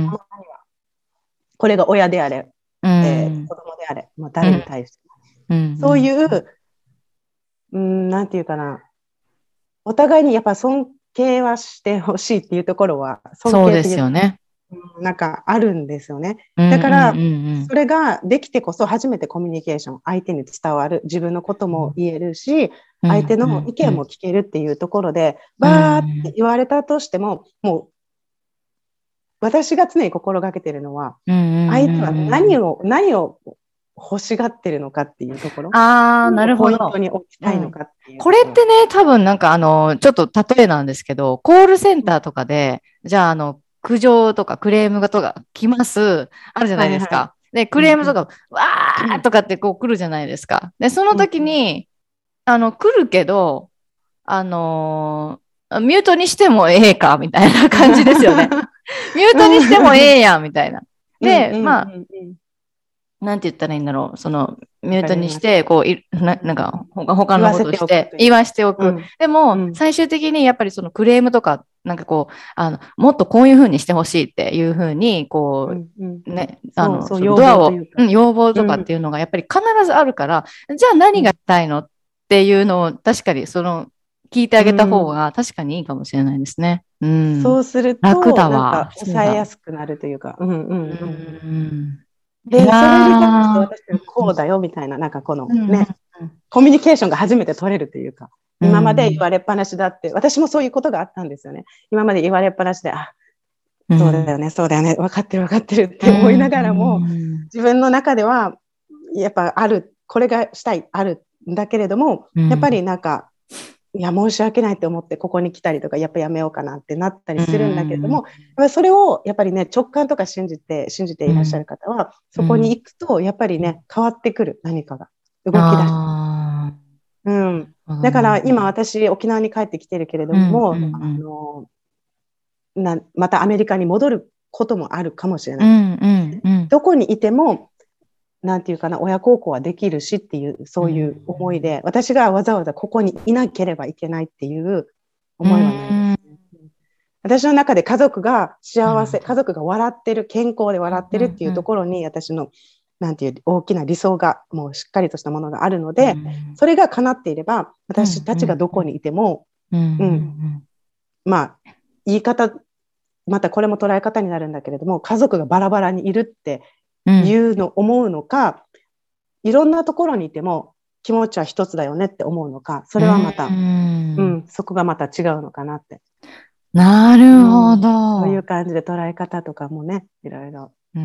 これが親であれ、うんえー、子供であれ、まあ、誰に対して、うん、そういう、うん、なんていうかな、お互いにやっぱ尊敬はしてほしいっていうところは、尊敬っていうそうですよね。 なんかあるんですよね。だから、それができてこそ初めてコミュニケーション、相手に伝わる、自分のことも言えるし、相手の意見も聞けるっていうところで、バーって言われたとしても、もう、私が常に心がけてるのは、相手は何を、何を欲しがってるのかっていうところ。 ああ、なるほど。 ポイントに置きたいのかっていう、うん。 これってね、多分なんかあの、ちょっと例えなんですけど、コールセンターとかで、じゃああの、苦情とかクレームがとか来ます。あるじゃないですか。はいはい、で、クレームとか、うん、わーとかってこう来るじゃないですか。で、その時に、うん、あの、来るけど、あのー、ミュートにしてもええかみたいな感じですよね。ミュートにしてもええやんみたいな。で、まあ、なんて言ったらいいんだろう。その、 ミュートにして、こういな、なんか他他のことをして言わしておく。うん、でも、うん、最終的にやっぱりそのクレームとか、なんかこう、あのもっとこういうふうにしてほしいっていうふうに、こう、うんうん、ね、あの、そうそうドアを、うん、要望とかっていうのがやっぱり必ずあるから、うん、じゃあ何がしたいのっていうのを確かにその聞いてあげた方が確かにいいかもしれないですね。うん、 そうすると、 楽だわ。 なんか抑えやすくなるというか。うんうんうん。 うんで、それに関して私はこうだよみたいな、なんかこのね、うん、コミュニケーションが初めて取れるというか、今まで言われっぱなしだって、私もそういうことがあったんですよね。今まで言われっぱなしで、あ、そうだよね、そうだよね、分かってる分かってるって思いながらも、自分の中では、やっぱある、これがしたい、あるんだけれども、やっぱりなんか、いや、申し訳ないって思ってここに来たりとか、やっぱやめようかなってなったりするんだけれども、うん、それをやっぱりね、直感とか信じて、信じていらっしゃる方は、うん、そこに行くと、やっぱりね、変わってくる、何かが。動き出す。うん。だから今私、沖縄に帰ってきてるけれども、うんうんうん、あのな、またアメリカに戻ることもあるかもしれない。うんうんうん、どこにいても、なんていうかな、親孝行はできるしっていう、そういう思いで、うん、私がわざわざここにいなければいけないっていう思いはないです、ね。うん、私の中で家族が幸せ、家族が笑ってる、健康で笑ってるっていうところに、私の、なんていう大きな理想が、もうしっかりとしたものがあるので、うん、それが叶っていれば、私たちがどこにいても、うんうん、まあ、言い方、またこれも捉え方になるんだけれども、家族がバラバラにいるっていうの、思うのか、いろんなところにいても気持ちは一つだよねって思うのか、それはまた、うん、うん、そこがまた違うのかなって。 なるほど。 うん、そういう感じで捉え方とかもね、いろいろ。 うん、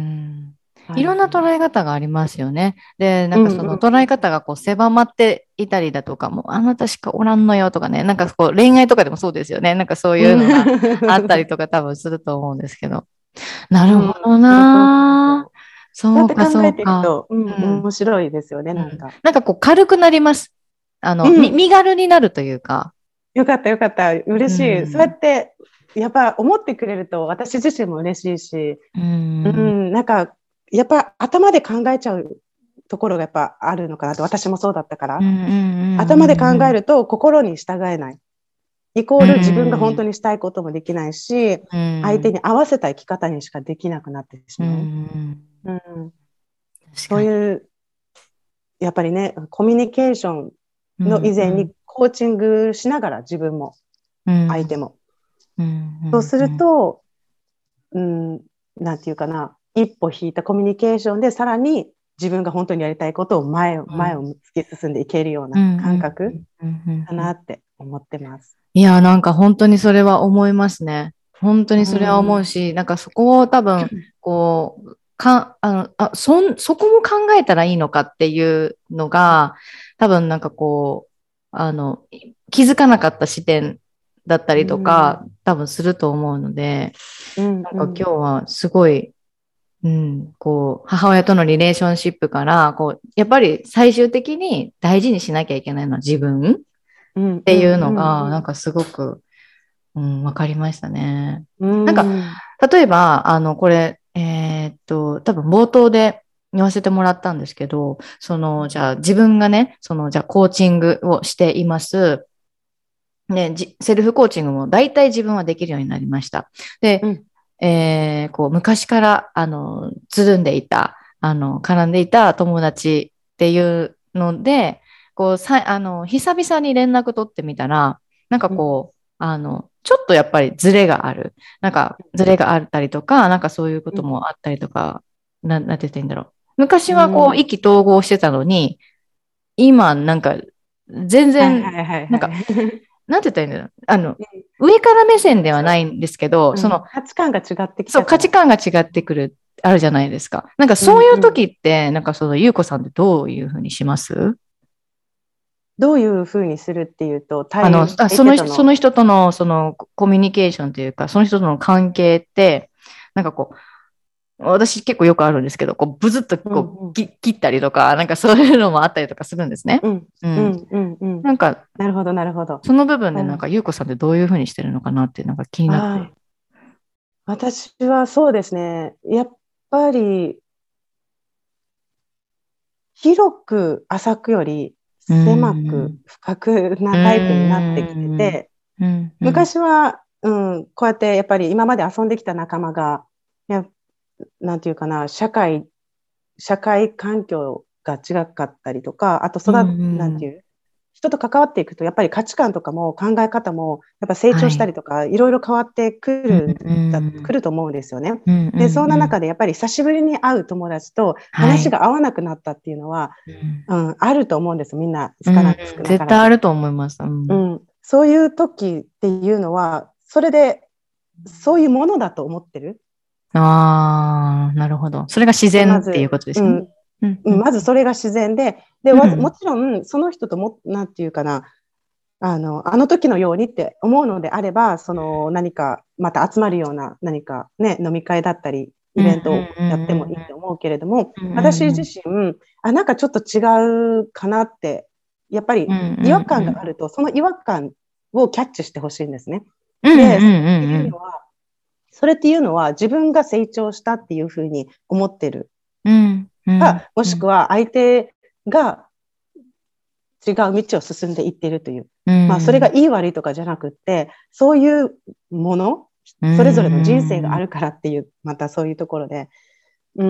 いろんな捉え方がありますよね。で、なんかその捉え方がこう狭まっていたりだとかも、うんうん、あなたしかおらんのよとかね、なんかこう恋愛とかでもそうですよね。なんかそういうのがあったりとか多分すると思うんですけど。なるほどな。うんそうか、そうか。 うん、面白いですよね、なんか。うん、 なんかこう軽くなります。あの、うん、身軽になるというか。 よかったよかった。嬉しい。うん、そうやって、やっぱ思ってくれると私自身も嬉しいし、うん、うん、なんか、やっぱ頭で考えちゃうところがやっぱあるのかなと、私もそうだったから。頭で考えると心に従えない。イコール自分が本当にしたいこともできないし、うん、相手に合わせた生き方にしかできなくなってしまう。うんうん、そういう、やっぱりね、コミュニケーションの以前にコーチングしながら自分も、相手も。うんうん、そうすると、うん、なんていうかな、一歩引いたコミュニケーションでさらに自分が本当にやりたいことを前を、前を突き進んでいけるような感覚かなって思ってます。 いや、なんか本当にそれは思いますね。本当にそれは思うし、うん、なんかそこを多分、こう、か、あの、あ、そん、そこも考えたらいいのかっていうのが、多分なんかこう、あの、気づかなかった視点だったりとか、うん、多分すると思うので、うん、なんか今日はすごい、うん、こう、母親とのリレーションシップから、こう、やっぱり最終的に大事にしなきゃいけないのは自分っていうのが、なんかすごく、うん、わかりましたね。なんか、例えば、あの、これ、えー、っと、多分冒頭で言わせてもらったんですけど、その、じゃあ自分がね、その、じゃあコーチングをしています。ね、セルフコーチングも大体自分はできるようになりました。で、うん、えー、こう、昔から、あの、つるんでいた、あの、絡んでいた友達っていうので、こう、さ、あの、久々に連絡取ってみたら、なんかこう、うん、あの、ちょっとやっぱりズレがある。なんか、ズレがあったりとか、なんかそういうこともあったりとか、うん、な、なんて言っていいんだろう。昔はこう、意気投合してたのに、今、なんか、全然、なんか、なんて言ったらいいんだろう。あの、上から目線ではないんですけど、うん、その、 価値観が違ってきそう、価値観が違ってくる、あるじゃないですか。なんかそういう時って、うんうん、なんかその、ゆうこさんってどういうふうにします？ どういうふうにするっていうと、 あの、あその人、その人との、その、コミュニケーションというか、その人との関係って、なんかこう、私結構よくあるんですけど、こう、ブズッとこう、うんうん、切ったりとか、なんかそういうのもあったりとかするんですね。うん。うん。うん。うん。なんか、 なるほど、なるほど。 その部分でなんか、ゆうこさんってどういうふうにしてるのかなって、なんか気になって。 私はそうですね。やっぱり、 広く浅くより狭く深くなタイプになってきてて、 うんうん昔は、うん、こうやってやっぱり今まで遊んできた仲間が、やなんていうかな、社会、社会環境が違かったりとか、あと育、 うんうん、 なんていう、人と関わっていくと、やっぱり価値観とかも考え方も、やっぱ成長したりとか、はい、いろいろ変わってくる、 うんだくると思うんですよね。 うんうんうん、 で、そんな中でやっぱり久しぶりに会う友達と話が合わなくなったっていうのは、はい、うん、あると思うんです。みんな少な、 うん、 少なからず。 絶対あると思います。うん。 うん、そういう時っていうのは、それで、そういうものだと思ってる。 ああ、なるほど。それが自然っていうことですね。 うんうん、まずそれが自然で、で、うん、もちろんその人とも、なんていうかな、あの、あの時のようにって思うのであれば、その何かまた集まるような何かね、飲み会だったり、イベントをやってもいいと思うけれども、うんうんうん、私自身、あ、なんかちょっと違うかなって、やっぱり違和感があると、その違和感をキャッチしてほしいんですね。で、それっていうのは、それっていうのは自分が成長したっていうふうに思ってる。 うんうん、 か、もしくは相手が違う道を進んでいっているという、うん、まあそれがいい悪いとかじゃなくって、そういうもの、それぞれの人生があるからっていう、またそういうところで、うん、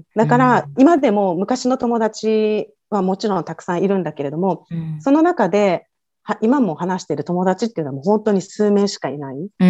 だから今でも昔の友達はもちろんたくさんいるんだけれども、うん、その中で今も話している友達っていうのはもう本当に数名しかいない。うん、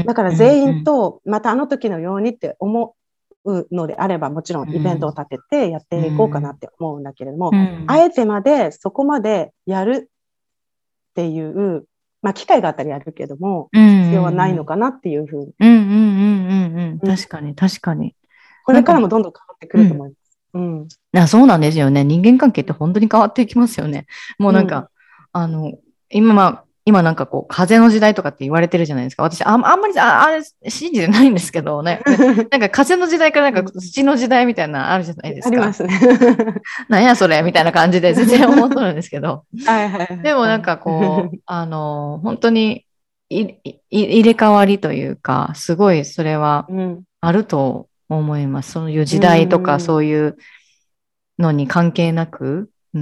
だから全員とまたあの時のようにって思うのであれば、もちろんイベントを立ててやっていこうかなって思うんだけれども、うん、あえてまでそこまでやるっていう、まあ機会があったらやるけども、必要はないのかなっていうふうに。 うんうんうんうんうん。確かに確かに。 これからもどんどん変わってくると思います。うん。うん、 あ、そうなんですよね。人間関係って本当に変わっていきますよね。もうなんか、うん、あの、今まあ、今なんかこう、風の時代とかって言われてるじゃないですか。私、あ, あんまりあ、あれ信じてないんですけどね。なんか風の時代からなんか土の時代みたいなあるじゃないですか。 ありますね。 なんやそれみたいな感じで全然思っとるんですけど。はいはいはい、でもなんかこう、あの、本当にいい入れ替わりというか、すごいそれはあると思います。そういう時代とかそういうのに関係なく、うん、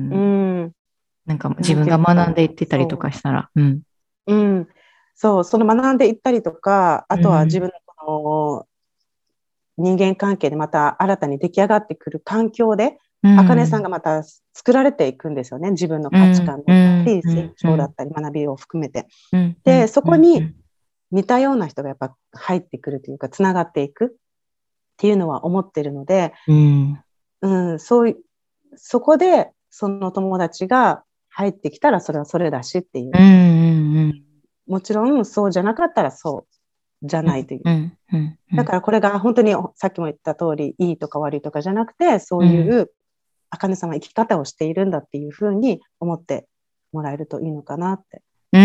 うんなんか自分が学んでいってたりとかしたら。うん。 うん。そう、その学んでいったりとか、あとは自分のこの人間関係でまた新たに出来上がってくる環境で、あかねさんがまた作られていくんですよね。自分の価値観だったり、成長だったり、学びを含めて。で、そこに似たような人がやっぱ入ってくるというか、つながっていくっていうのは思ってるので、うんうん、そういう、そこでその友達が入ってきたらそれはそれだしっていう。うんうんうん、もちろんそうじゃなかったらそうじゃないという。うんうんうん、だからこれが本当にさっきも言った通りいいとか悪いとかじゃなくて、そういうあかねさんは生き方をしているんだっていうふうに思ってもらえるといいのかなって。 うん、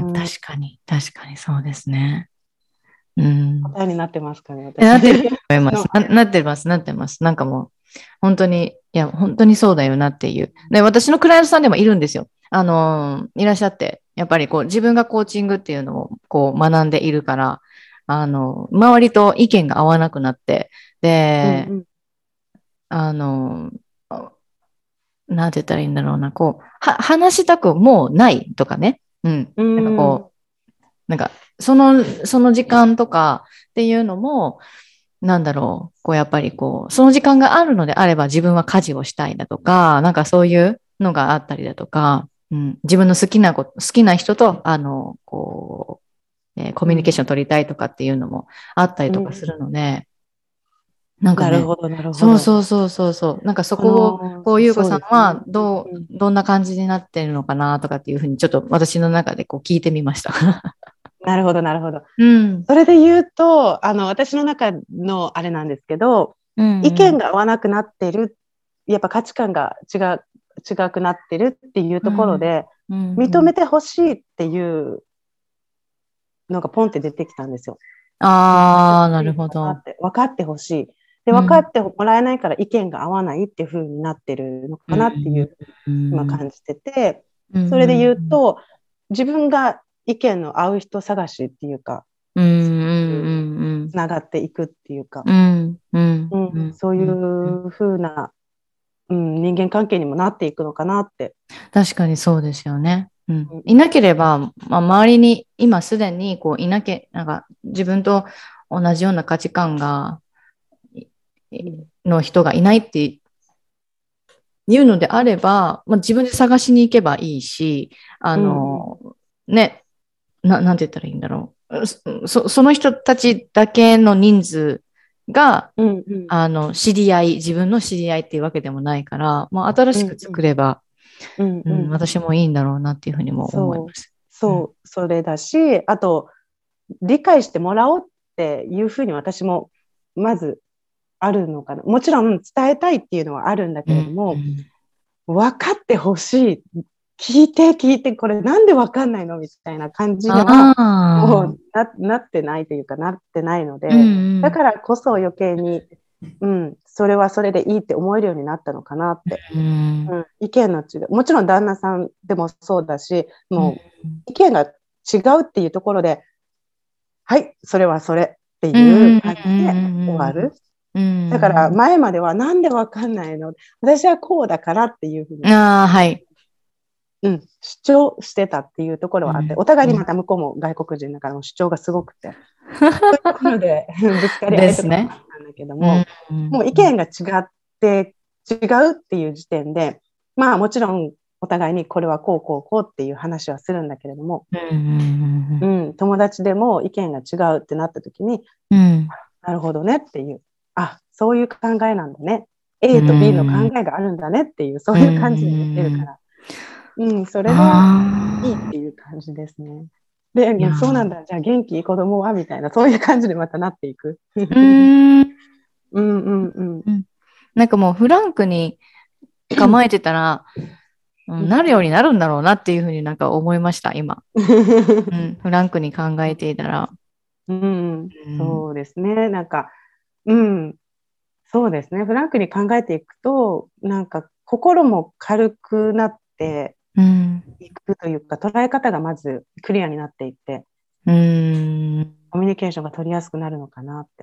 うん、確かに確かにそうですね。 うん、答えになってますかね、私。 なってると思います。な, なってます、なってます。なんかもう、本当に、いや、本当にそうだよなっていう。で、私のクライアントさんでもいるんですよ。あの、いらっしゃって、やっぱりこう、自分がコーチングっていうのをこう、学んでいるから、あの、周りと意見が合わなくなって、で、うんうん、あの、なんて言ったらいいんだろうな、こう、は、話したくもうないとかね。うん。なんかこう、なんか、その、その時間とかっていうのも、なんだろう、こうやっぱりこう、その時間があるのであれば自分は家事をしたいだとか、なんかそういうのがあったりだとか、うん、自分の好きなこと、好きな人と、あの、こう、えー、コミュニケーション取りたいとかっていうのもあったりとかするので、うん、なんかね、なるほど、なるほど。そうそうそうそうそう、なんかそこを、こう、ゆうこさんはどう、どんな感じになってるのかなとかっていうふうに、ちょっと私の中でこう聞いてみました。 なるほど、なるほど。うん、それで言うと、あの、私の中のあれなんですけど、うんうん、意見が合わなくなってる、やっぱ価値観が違う、違くなってるっていうところで、うんうんうん、認めてほしいっていうのがポンって出てきたんですよ。 ああ、なるほど。 分かってほしい。で、分かってもらえないから意見が合わないっていう風になってるのかなっていう、今感じてて、それで言うと、自分が意見の合う人探しっていうか、つながっていくっていうか、そういう風なうん、人間関係にもなっていくのかなって。 確かにそうですよね。うん、いなければ、まあ、周りに今すでにこういなけなんか自分と同じような価値観がの人がいないっていうのであれば、まあ、自分で探しに行けばいいし、あの、うん、ねな、なんて言ったらいいんだろう。そ、その人たちだけの人数が、うんうん、あの知り合い、自分の知り合いっていうわけでもないから、まあ、新しく作れば、うんうんうん、私もいいんだろうなっていうふうにも思います。 そう、そう、それだし、あと理解してもらおうっていうふうに私もまずあるのかな。もちろん伝えたいっていうのはあるんだけれども、うんうん、分かってほしい。聞いて聞いて、これなんで分かんないのみたいな感じにはもう な, なってないというかなってないので、うんうん、だからこそ余計に、うん、それはそれでいいって思えるようになったのかなって、うんうん、意見の違う、もちろん旦那さんでもそうだし、もう意見が違うっていうところで、はい、それはそれっていう感じで終わる。だから前まではなんで分かんないの、私はこうだからっていうふうに、 あ、はい、 うん、主張してたっていうところはあって、うん、お互いにまた向こうも外国人だからも主張がすごくて、そういうところでぶつかり合いとかもあったんだけども、ね、うん、もう意見が違って違うっていう時点で、まあもちろんお互いにこれはこうこうこうっていう話はするんだけれども、うんうん、友達でも意見が違うってなった時に、うん、なるほどねっていう、あ、そういう考えなんだね、 A と B の考えがあるんだねっていう、そういう感じで言ってるから、うん、それはいいっていう感じですね。で、そうなんだ、じゃあ元気子供はみたいな、そういう感じでまたなっていく。うんうんうんうん。 なんかもうフランクに構えてたら、うん、なるようになるんだろうなっていうふうになんか思いました今、うん、フランクに考えていたら、 うんうん、そうですね、なんか、うん、そうですね、フランクに考えていくとなんか心も軽くなっていくというか、うん、捉え方がまずクリアになっていって、うん、コミュニケーションが取りやすくなるのかなって。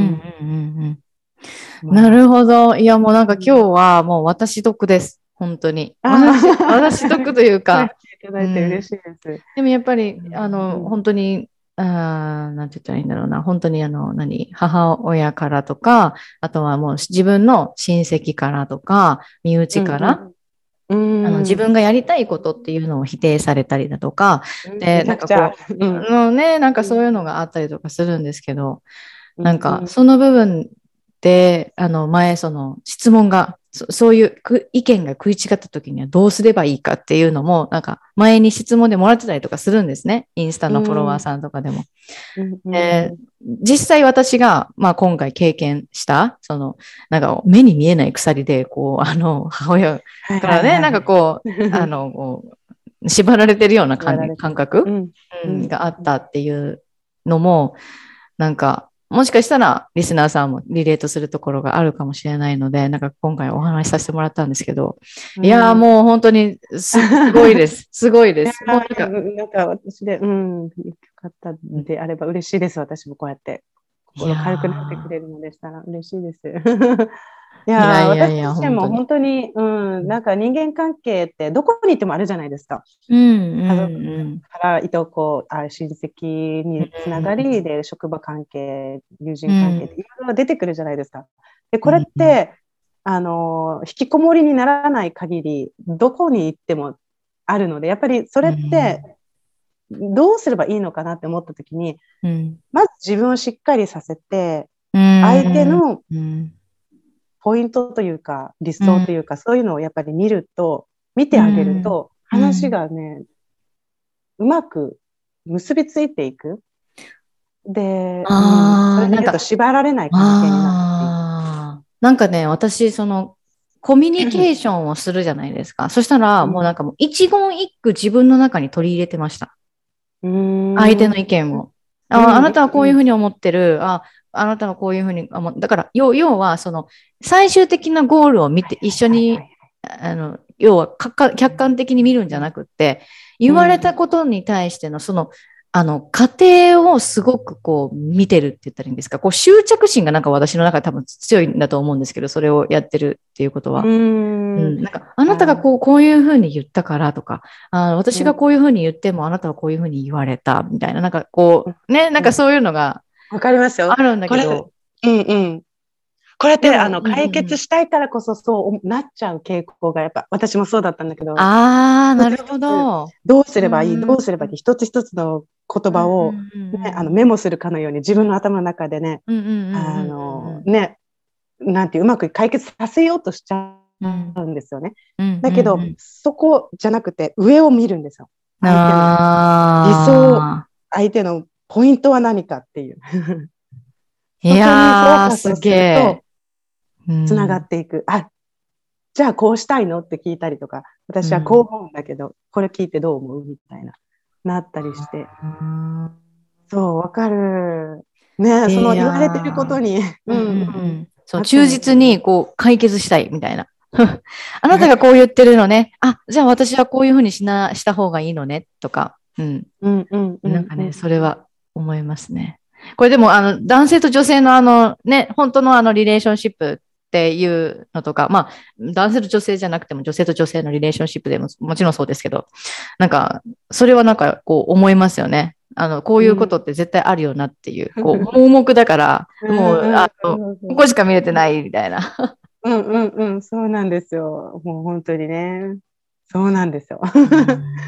なるほど。いやもうなんか今日はもう私得です。本当に。私, 私得というか。 いただいて嬉しいです。うん、 でもやっぱり、あの、うん、本当に、あ、なんて言ったらいいんだろうな。本当にあの、何、母親からとか、あとはもう自分の親戚からとか、身内から、うんうん、あの自分がやりたいことっていうのを否定されたりだとか、うん、で、なんかこう、うん、ね、なんかそういうのがあったりとかするんですけど、うん、なんかその部分で、あの、前、その質問が、そ, そういう意見が食い違った時にはどうすればいいかっていうのも、なんか前に質問でもらってたりとかするんですね。インスタのフォロワーさんとかでも。うんえー、実際私が、まあ、今回経験した、その、なんか目に見えない鎖で、こう、あの、母親からね、はいはいはい、なんかこう、あの、こう縛られてるような感覚、うんうん、があったっていうのも、なんか、もしかしたらリスナーさんもリレートするところがあるかもしれないので、なんか今回お話しさせてもらったんですけど、うん、いやーもう本当にすごいです。すごいです。もうなんか、 なんか私で、うん、よかったであれば嬉しいです。私もこうやって心軽くなってくれるのでしたら嬉しいです。いや、いやいやいや、私自身も本当に、うん、なんか人間関係ってどこにいてもあるじゃないですか。うんうんうん、家族からいとこ、あ、親戚につながり、うん、で職場関係、友人関係っていろいろ出てくるじゃないですか。で、これって、うん、あの引きこもりにならない限りどこに行ってもあるので、やっぱりそれってどうすればいいのかなって思った時に、うん、まず自分をしっかりさせて、相手の、うんポイントというか理想というか、うん、そういうのをやっぱり見ると見てあげると、うん、話がね、うん、うまく結びついていく。で、あ、うん、それで言うと縛られない関係になっていく。 なんかね、私そのコミュニケーションをするじゃないですか。そしたらもうなんかもう一言一句自分の中に取り入れてました。うん、相手の意見を。あ、うん、あなたはこういうふうに思ってる。あ、あなたはこういうふうに思う。だから要、要はその最終的なゴールを見て一緒に、あの、要は客観的に見るんじゃなくって、言われたことに対してのそのあの、家庭をすごくこう見てるって言ったらいいんですか、こう執着心がなんか私の中で多分強いんだと思うんですけど、それをやってるっていうことは。 うーうん、 ん。 なんか、あなたがこう、こういうふうに言ったからとか、あ、私がこういうふうに言ってもあなたはこういうふうに言われたみたいな、なんかこう、ね、なんかそういうのがわかりますよ。 あるんだこれ、 けど、 うんうん。これってあでも、 のうんうん解決うん、 したいからこそそうなっちゃう傾向がやっぱ私もそうだったんだけど、 ああ、 一つ一なるほつど。 どうすうればいい、どん、 うすればいい、一つ一つの言うん葉を、 うんうね、あのんメモするかのように自分の頭の中でね、 うんうんうんあうんのね、なんていううまく解決させようとしちゃうんうんですよね。 うんだけど、 うん、 そこじゃなくて上を見るんですよ。相手の理想、 ああ、 相手のポイントは何かっていう。 いそこにフォーやー、すカスをするげえ。 と、 うつながんっていく。あ、じゃあこうしたいのって聞いたりとか、私はこううん、 思うんだけど、これ聞いてどう思うみたいな、なったりして。 うん、 そう、わかる。ね、そのいや言われてることー、 に、 うんうんううんうん、 ん。そう、 なって忠ますよね。 実にこう解決したいみたいな。あなたがこう言ってるのね。あ、じゃあ私はこういうふうにしな、した方がいいのねとか。うん。 うんうんうなんかね、 んうん。 それは思いますね。これでも、あの、男性と女性のあの、ね、本当のあの、リレーションシップっていうのとか、まあ、男性と女性じゃなくても、女性と女性のリレーションシップでももちろんそうですけど、なんか、それはなんか、こう思いますよね。あの、こういうことって絶対あるよなっていう、こう、盲目だから、 うんもう、 うんあの、 うんうん。 ここしか見れてないみたいな。 うんうんうん、そうなんですよ。もう本当にね。そうなんですよ。 うん、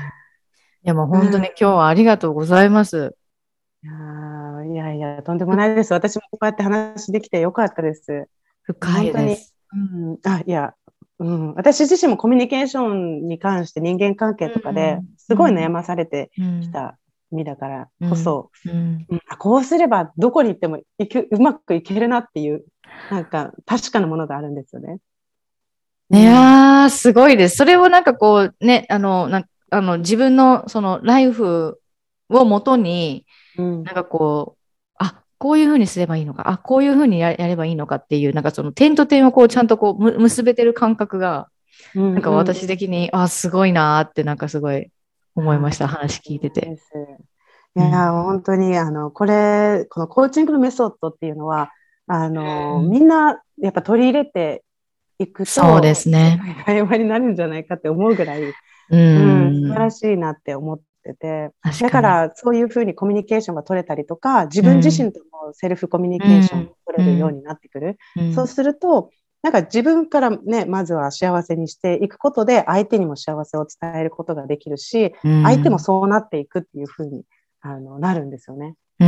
いや、もううん、 本当に今日はありがとうございます。 いやーいやいや、とんでもないです。私もこうやって話できてよかったです。 深本当に。 いです。 うん、あ、いや、うん、私自身もコミュニケーションに関して人間関係とかでうん、 すごい悩うん、 まされてうん、 きた身だからうん、 こそ、 うん。 うん、あ、こうすればどこに行ってもいく、うまくいけるなっていう、なんか確かなものがあるんですよね。ういん。 やー、すごいです。それをなんかこうね、あの、な、あの自分のそのライフをもとに、 うん。 なんかこう、あ、こういうふうにすればいいのか、あ、こういうふうにや、やればいいのかっていう、なんかその点と点をこうちゃんとこうむ結べてる感覚が、 うんなんかうん。 私的に、あ、すごいなーってなんかすごい思いまあー、 した。話聞いてて。 です。いうん。 や、本当に、あの、これ、このコーチングのメソッドっていうのは、あの、 うん、 みんな、やっぱ取り入れていくそうでと、 すね。 世界平和になるんじゃないかって思うぐらい、 ううん、素晴らん。 しいなって思ってて、 確かに。 だから、そういうふうにコミュニケーションが取れたりとか、自分自うん。 身ともセルフコミュニうケーションん。 取れるよううん。 になってくる。そううん。 すると、なんか自分からね、まずは幸せにしていくことで、相手にも幸せを伝えることができるし、 う相手もん。 そうなっていくっていうふうにあのなるんですよね。 うん。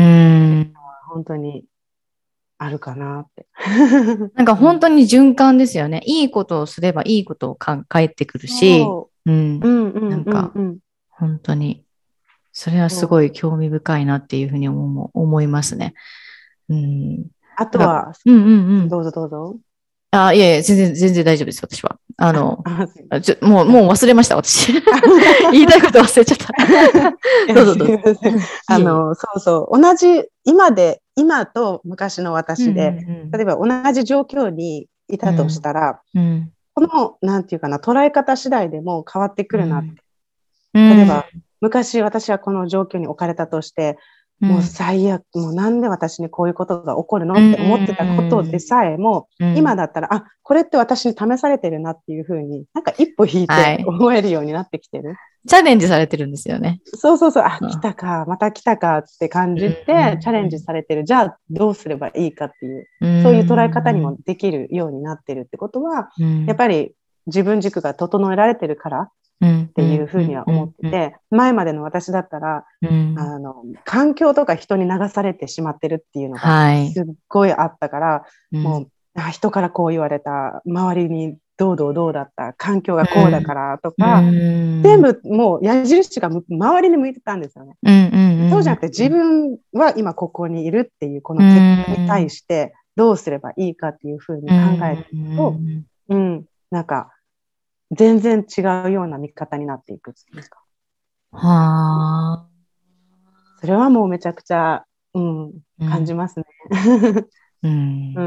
本当にあるかなって。 なんかうん、 本当に循環ですよね。いいことをすればいいことをか返ってくるし、 そうん。 う。うんうんなんかうんうん。 本当に、それはすそう。 ごい興味深いなっていうふうに思う思いますね。うん。なんか、 あとは、 うんうんうん。 どうぞどうぞ。 あ、いやいや、全然、全然大丈夫です、私は。ああ、 の、 あ、すいあちょ、もう、 ません。 もう忘れました、私。言いたいこと忘れちゃった。 いや、すどうぞどうぞ。 いません。 いえいえ。 あの、そうそう。同じ、今で、今と昔のうんう私で、例えんば同じ状況にいたとしうん。 たら、 うん。 この、なんていうかな、捉え方次第でも変わってくるなって。 うん。うん。 例えば、昔私はこの状況に置かれたとして、もううん。 最悪、もうなんで私にこういうことが起こるのうって思ってたことでん。 さえも、 うん。 今だったら、あ、これって私に試されてるなっていうふうに、なんか一歩引いてはい。 思えるようになってきてる。 チャレンジされてるんですよね。 そうそうそう、あ、来うん。 たか、また来たかって感じて、チャレンジされてる。じゃあ、どうすればいいかっていう、 うそういう捉え方にん。 もできるようになってるってことは、 うん。 やっぱり自分軸が整えられてるからっうん。 ていうふうには思ってて、前までの私だったら、 うん。 あの、環境とか人に流されてしまってるっていうのがはい。 すっごいあったから、 うん。 もう、あ、人からこう言われた、周りにどうどうどうだった、環境がこうだかうん。 らとうか、全ん。 部もう矢印が周りに向いてたんですよね。 うん。うん。 そうじゃなくて自分は今ここにいるっていうこうの結果に対ん。 してどうすればいいかっていうふううに考えると、 ん。 うん、なんか全然違うような見方になっていくっていうか、 はあ。 それはもうめちゃくちゃ、うん、 うん。 感じますね。 うん。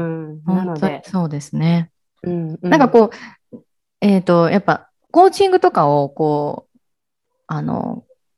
うん、な本ので、 当にそうですね。 うんうん、 なんかこう、えっと、やっぱ、コーチングとかを、こう、あの、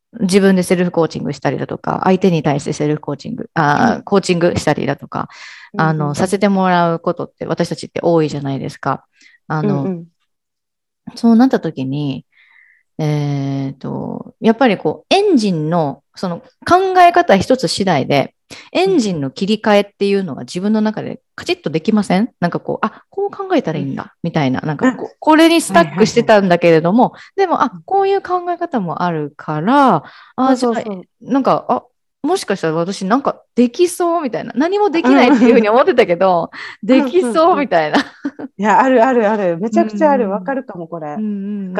自分でセルフコーチングしたりだとか、相手に対してセルフコーチング、あ、うん、コーチングしたりだとか、あの、うんうん、させてもらうことって私たちって多いじゃないですか。あの、うんうん、そうなった時に、えっと、やっぱりこう、エンジンの、その考え方一つ次第で、エンジンの切り替えっていうのが自分の中でカチッとできません？なんかこう、あ、こう考えたらいいんだ、みたいな。なんかこう、これにスタックしてたんだけれども、でも、あ、こういう考え方もあるから、あ、じゃあ、なんか、あ、もしかしたら私なんかできそうみたいな。何もできないっていうふうに思ってたけど、できそうみたいな。 いや、あるあるある。めちゃくちゃある。わかるかも、これ。うんうん、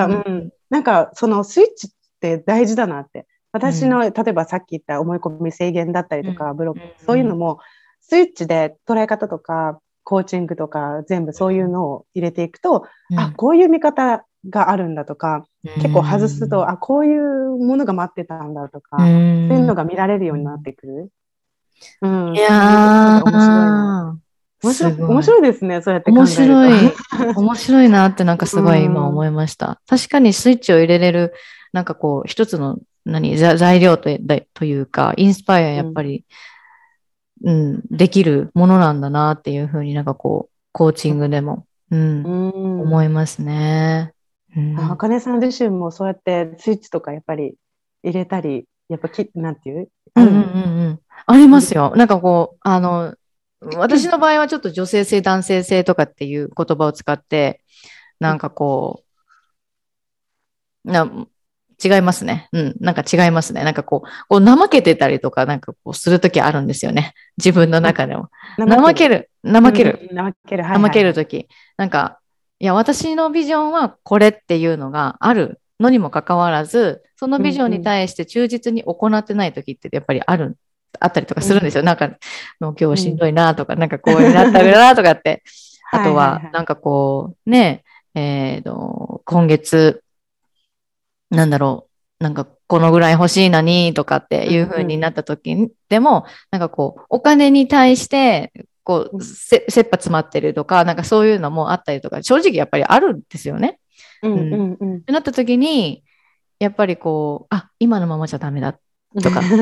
なんか、そのスイッチって大事だなって。私の、うん、例えばさっき言った思い込み制限だったりとか、うん、ブロック、そういうのも、スイッチで捉え方とか、コーチングとか、全部そういうのを入れていくと、うん、あ、こういう見方があるんだとか、うん、結構外すと、あ、こういうものが待ってたんだとか、うん、そういうのが見られるようになってくる。うん。 いやー、 面白いな。面白い、面白いですね、そうやって考えると。 面白い。面白いなってなんかすごい今思いました。確かにスイッチを入れれる、なんかこう、一つの何材料とというか、インスパイアやっぱり、うん、うん、できるものなんだなっていうふうになんかこう、コーチングでも、うん、うん、思いますね。 あかねさん自身もそうやってスイッチとかやっぱり入れたり、やっぱき、なんていうあるの、うんうんうん、ありますよ。なんかこう、あの、私の場合はちょっと女性性、男性性とかっていう言葉を使って、なんかこう、な違いますね。うん。なんか違いますね。なんかこう、こう怠けてたりとか、なんかこうするときあるんですよね。自分の中でも。怠ける。怠ける。 怠ける。 怠けるとき。なんか、いや、私のビジョンはこれっていうのがあるのにもかかわらず、そのビジョンに対して忠実に行ってないときってやっぱりある、あったりとかするんですよ。うん、なんか、もう今日しんどいなとか、うん、なんかこうになったなとかって。あとは、なんかこう、ね、えっと、今月、なんだろう、なんかこのぐらい欲しいのにとかっていう風になった時でも、うんうん、なんかこう、お金に対して、こう、せ切羽詰まってるとか、なんかそういうのもあったりとか、正直やっぱりあるんですよね。 うんうんうん。 ってなった時に、やっぱりこう、あ、今のままじゃダメだとか、うん、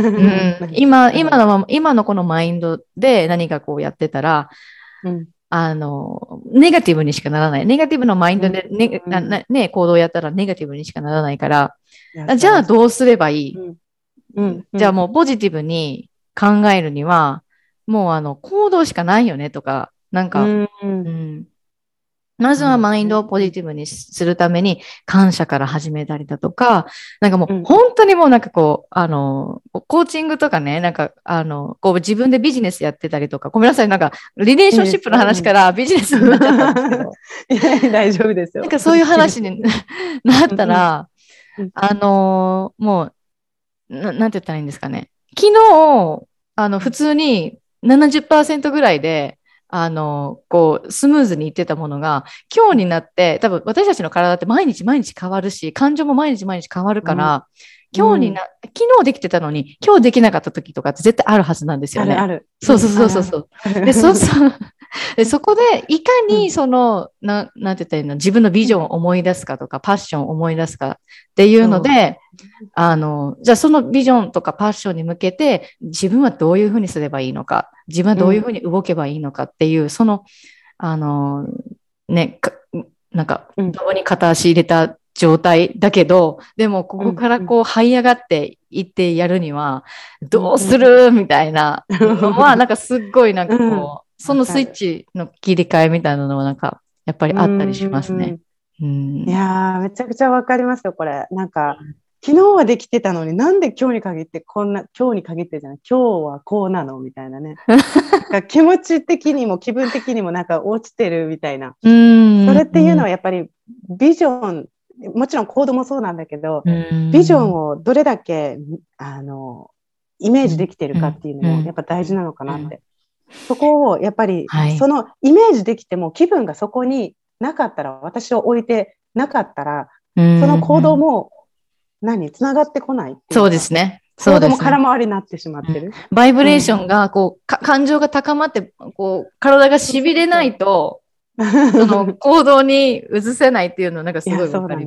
今、今のまま、今のこのマインドで何かこうやってたら、うんあの、ネガティブにしかならない。ネガティブのマインドでね、うん、ね、行動をやったらネガティブにしかならないから、じゃあどうすればいい、うんうん、じゃあもうポジティブに考えるには、もうあの、行動しかないよねとか、なんか、うんうんまずはマインドをポジティブにするために感謝から始めたりだとか、なんかもう本当にもうなんかこう、あの、コーチングとかね、なんかあの、こう自分でビジネスやってたりとか、ごめんなさい、なんかリレーションシップの話からビジネスになっちゃったんですけど。 いや、大丈夫ですよ。 なんかそういう話になったら、あの、もうな、なんて言ったらいいんですかね。昨日、あの、普通にななじゅっパーセントぐらいで、あの、こう、スムーズにいってたものが、今日になって、多分私たちの体って毎日毎日変わるし、感情も毎日毎日変わるから、うん、今日にな、昨日できてたのに、今日できなかった時とかって絶対あるはずなんですよね。 あるある。 そうそうそうそう。うん、で、そうそう。でそこで、いかにその、うん、な、なんて言ったらいいの、自分のビジョンを思い出すかとか、パッションを思い出すかっていうので、あの、じゃあそのビジョンとかパッションに向けて、自分はどういうふうにすればいいのか、自分はどういうふうに動けばいいのかっていう、うん、その、あの、ね、なんか、どこに片足入れた状態だけど、でもここからこう這い上がっていってやるには、どうするみたいなのは、なんかすっごいなんかこう、そのスイッチの切り替えみたいなのはなんか、やっぱりあったりしますね。 うん、いやー、めちゃくちゃわかりますよ、これ。なんか、昨日はできてたのになんで今日に限ってこんな、今日に限ってじゃない、今日はこうなのみたいなね。なんか気持ち的にも気分的にもなんか落ちてるみたいな。それっていうのはやっぱりビジョン、もちろん行動もそうなんだけど、ビジョンをどれだけあのイメージできてるかっていうのもやっぱ大事なのかなって。そこをやっぱり、はい、そのイメージできても気分がそこになかったら、私を置いてなかったら、その行動も何つながってこないっていう。 そうですね。 行動も空回りになってしまってる。 バイブレーションがこう、か感情が高まってこう体が痺れないとその行動に移せないっていうのなんかすごいわかります。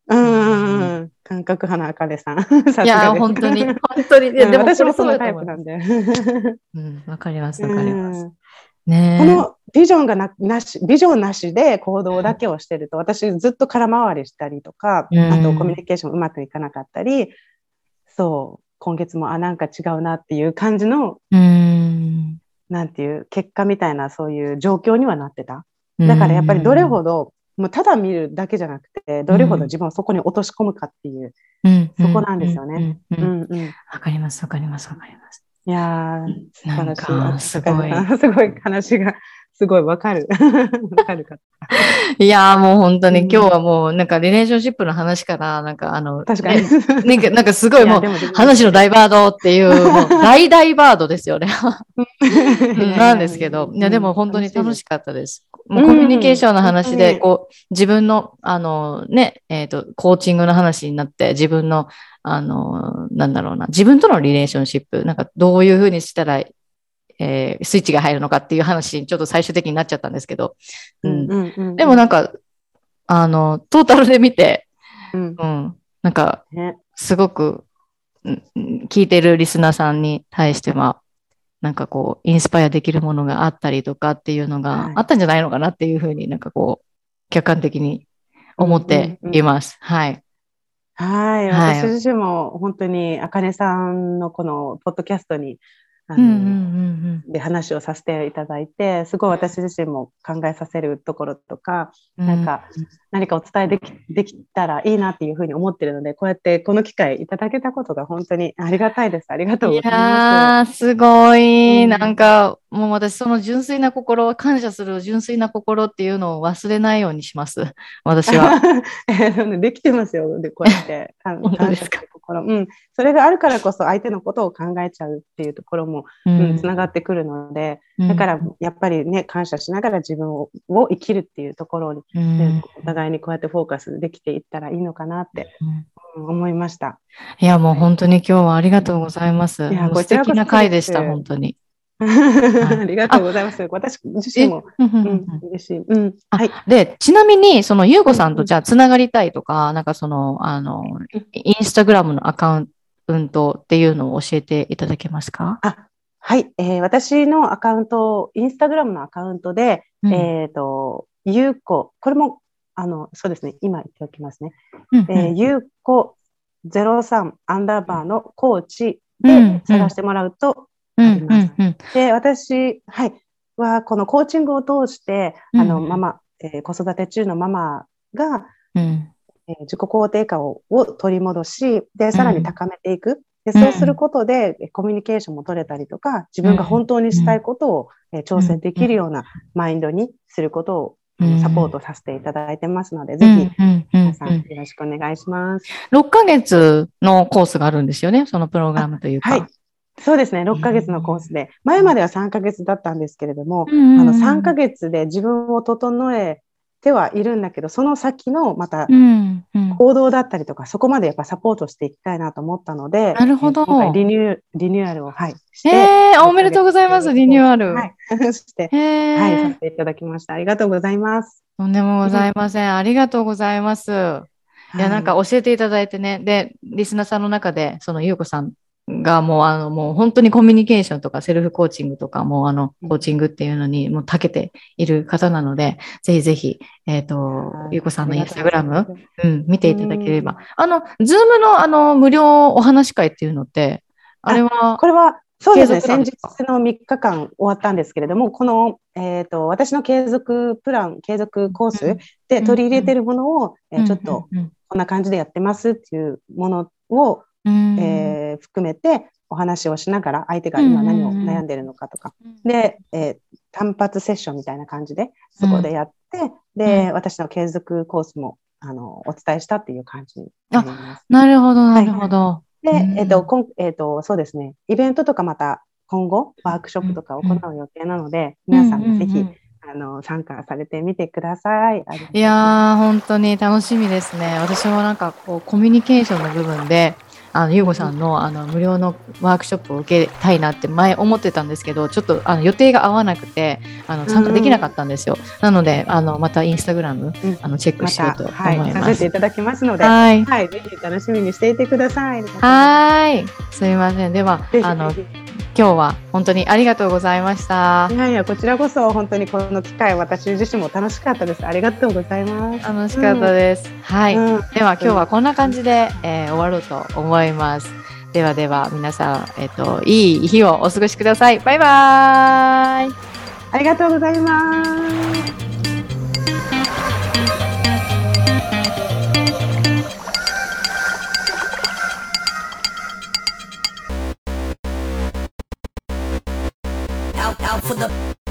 うんうんうん、感覚派のあかねさん。 いや、本当に、本当に。 でも私もそのタイプなんで。 うん、わかります、わかります。 ね、このビジョンが な, なし、ビジョンなしで行動だけをしてると、私ずっと空回りしたりとか、うん、あとコミュニケーションうまくいかなかったり、そう、今月もあ、なんか違うなっていう感じの、うん、なんていう結果みたいな、そういう状況にはなってた。だからやっぱりどれほど、もうただ見るだけじゃなくて、どれほど自分をそこに落とし込むかっていう、うん、そこなんですよね。 わかります、わかります、わかります。 いやー、素晴らしい。 なんかすごい。 すごい話が、すごいわかる。わかるか。 いやーもう本当に今日はもうなんかリレーションシップの話から、なんかあの、 確かに。 なんか、なんかすごいもう話のダイバードっていう、もう大ダイバードですよね。なんですけど、いやでも本当に楽しかったです。もうコミュニケーションの話で、こう、自分の、あのね、えっと、コーチングの話になって、自分の、あの、なんだろうな、自分とのリレーションシップ、なんかどういうふうにしたら、えー、スイッチが入るのかっていう話にちょっと最終的になっちゃったんですけど、うん。でもなんか、あの、トータルで見て、うん、うん、なんか、すごく、うん、聞いてるリスナーさんに対しては、なんかこう、インスパイアできるものがあったりとかっていうのがあったんじゃないのかなっていうふうになんかこう、客観的に思っています。うんうんうん、はい。 はい。私自身も本当に、あかねさんのこのポッドキャストに、あの、うんうんうんうん、で話をさせていただいて、すごい私自身も考えさせるところとか、うん、なんか何かお伝えでき、できたらいいなっていうふうに思ってるので、こうやってこの機会いただけたことが本当にありがたいです。ありがとうございます。 いやー、すごい、うん。なんか、もう私その純粋な心、感謝する純粋な心っていうのを忘れないようにします。私は。 できてますよ。で、こうやって。 本当ですか。 心、うん。それがあるからこそ相手のことを考えちゃうっていうところも、うんうん、つながってくるので、だからやっぱりね、感謝しながら自分をを生きるっていうところに、うん、お互いにこうやってフォーカスできていったらいいのかなって、うん、思いました。 いや、もう本当に今日はありがとうございます。いや、素敵な回でした、本当に。 ありがとうございます。私自身も、うん、嬉しい。うん。 はい。で、ちなみに、その、ゆうこさんとじゃあ、つながりたいとか、なんかその、あの、インスタグラムのアカウントっていうのを教えていただけますか？ あ、はい。えー、私のアカウント、インスタグラムのアカウントで、うん、えっと、ゆうこ、これも、あの、そうですね、今言っておきますね。うんうん、えー、ゆうこゼロさんアンダーバーのコーチで探してもらうと、あります。うんうんうん、で、私、はい、は、このコーチングを通して、あの、うん、ママ、えー、子育て中のママが、うんえー、自己肯定感を、を取り戻し、で、さらに高めていく。で、そうすることで、コミュニケーションも取れたりとか、自分が本当にしたいことを、えー、挑戦できるようなマインドにすることを、あのサポートさせていただいてますので、ぜひ、皆さんよろしくお願いします。 ろっかげつのコースがあるんですよね、そのプログラムというか。 はい。そうですね、ろっかげつのコースで、前まではさんかげつだったんですけれども、うん、あのさんかげつで自分を整えてはいるんだけど、その先のまた行動だったりとか、そこまでやっぱサポートしていきたいなと思ったので、 なるほど。 今回リニュー、リニューアルを、はい、して。 えー、おめでとうございます、リニューアル。 はい、して、はい、させていただきました。ありがとうございます。 とんでもございません。ありがとうございます。いや、なんか教えていただいてね。で、リスナーさんの中で、そのゆうこさんがもう、あの、もう本当にコミュニケーションとかセルフコーチングとか、もうあの、コーチングっていうのにもう長けている方なので、ぜひぜひ、えっと、ゆうこさんのインスタグラム、うん、見ていただければ。あの、ズームのあの、無料お話会っていうのって、あれは、 これは、そうですね、先日のみっかかん終わったんですけれども、この、えっと、私の継続プラン、継続コースで取り入れているものを、えちょっと、こんな感じでやってますっていうものを、えー、含めてお話をしながら、相手が今何を悩んでいるのかとか、で、えー、単発セッションみたいな感じで、そこでやって、で、私の継続コースも、あの、お伝えしたっていう感じになります。 なるほど、なるほど。はいで、えっと、こん、えっと、そうですね。イベントとかまた今後、ワークショップとか行う予定なので、皆さんもぜひ、あの、参加されてみてください。 いやー、本当に楽しみですね。私もなんか、こう、コミュニケーションの部分で、 あのゆうこさんのあの無料のワークショップを受けたいなって前思ってたんですけど、ちょっとあの予定が合わなくてあの参加できなかったんですよ。なのであのまたインスタグラム、うん、あのチェックしたいと思います。また、はい、させていただきますので、 はい、 はい、ぜひ楽しみにしていてください。 はい、すみません。ではあの今日は本当にありがとうございました。 いやいや、こちらこそ本当にこの機会、私自身も楽しかったです。ありがとうございます。 楽しかったです。うん、はい、うん、では今日はこんな感じで、えー、終わろうと思います。ではでは皆さん、えっと、いい日をお過ごしください。バイバーイ。 ありがとうございます。 Out for the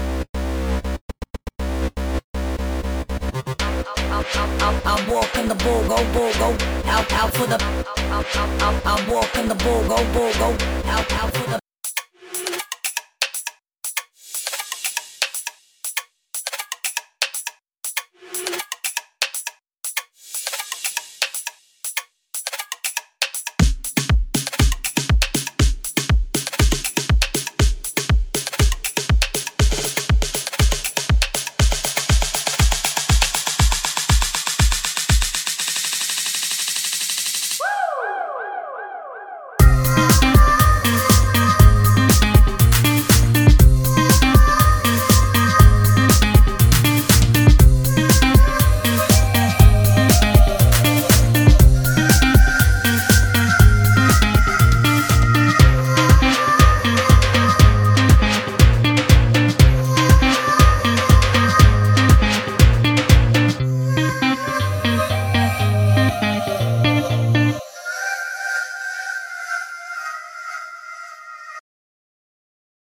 I'm walking the bull go bull go out out for the I'm walking the bull go bull go out out for the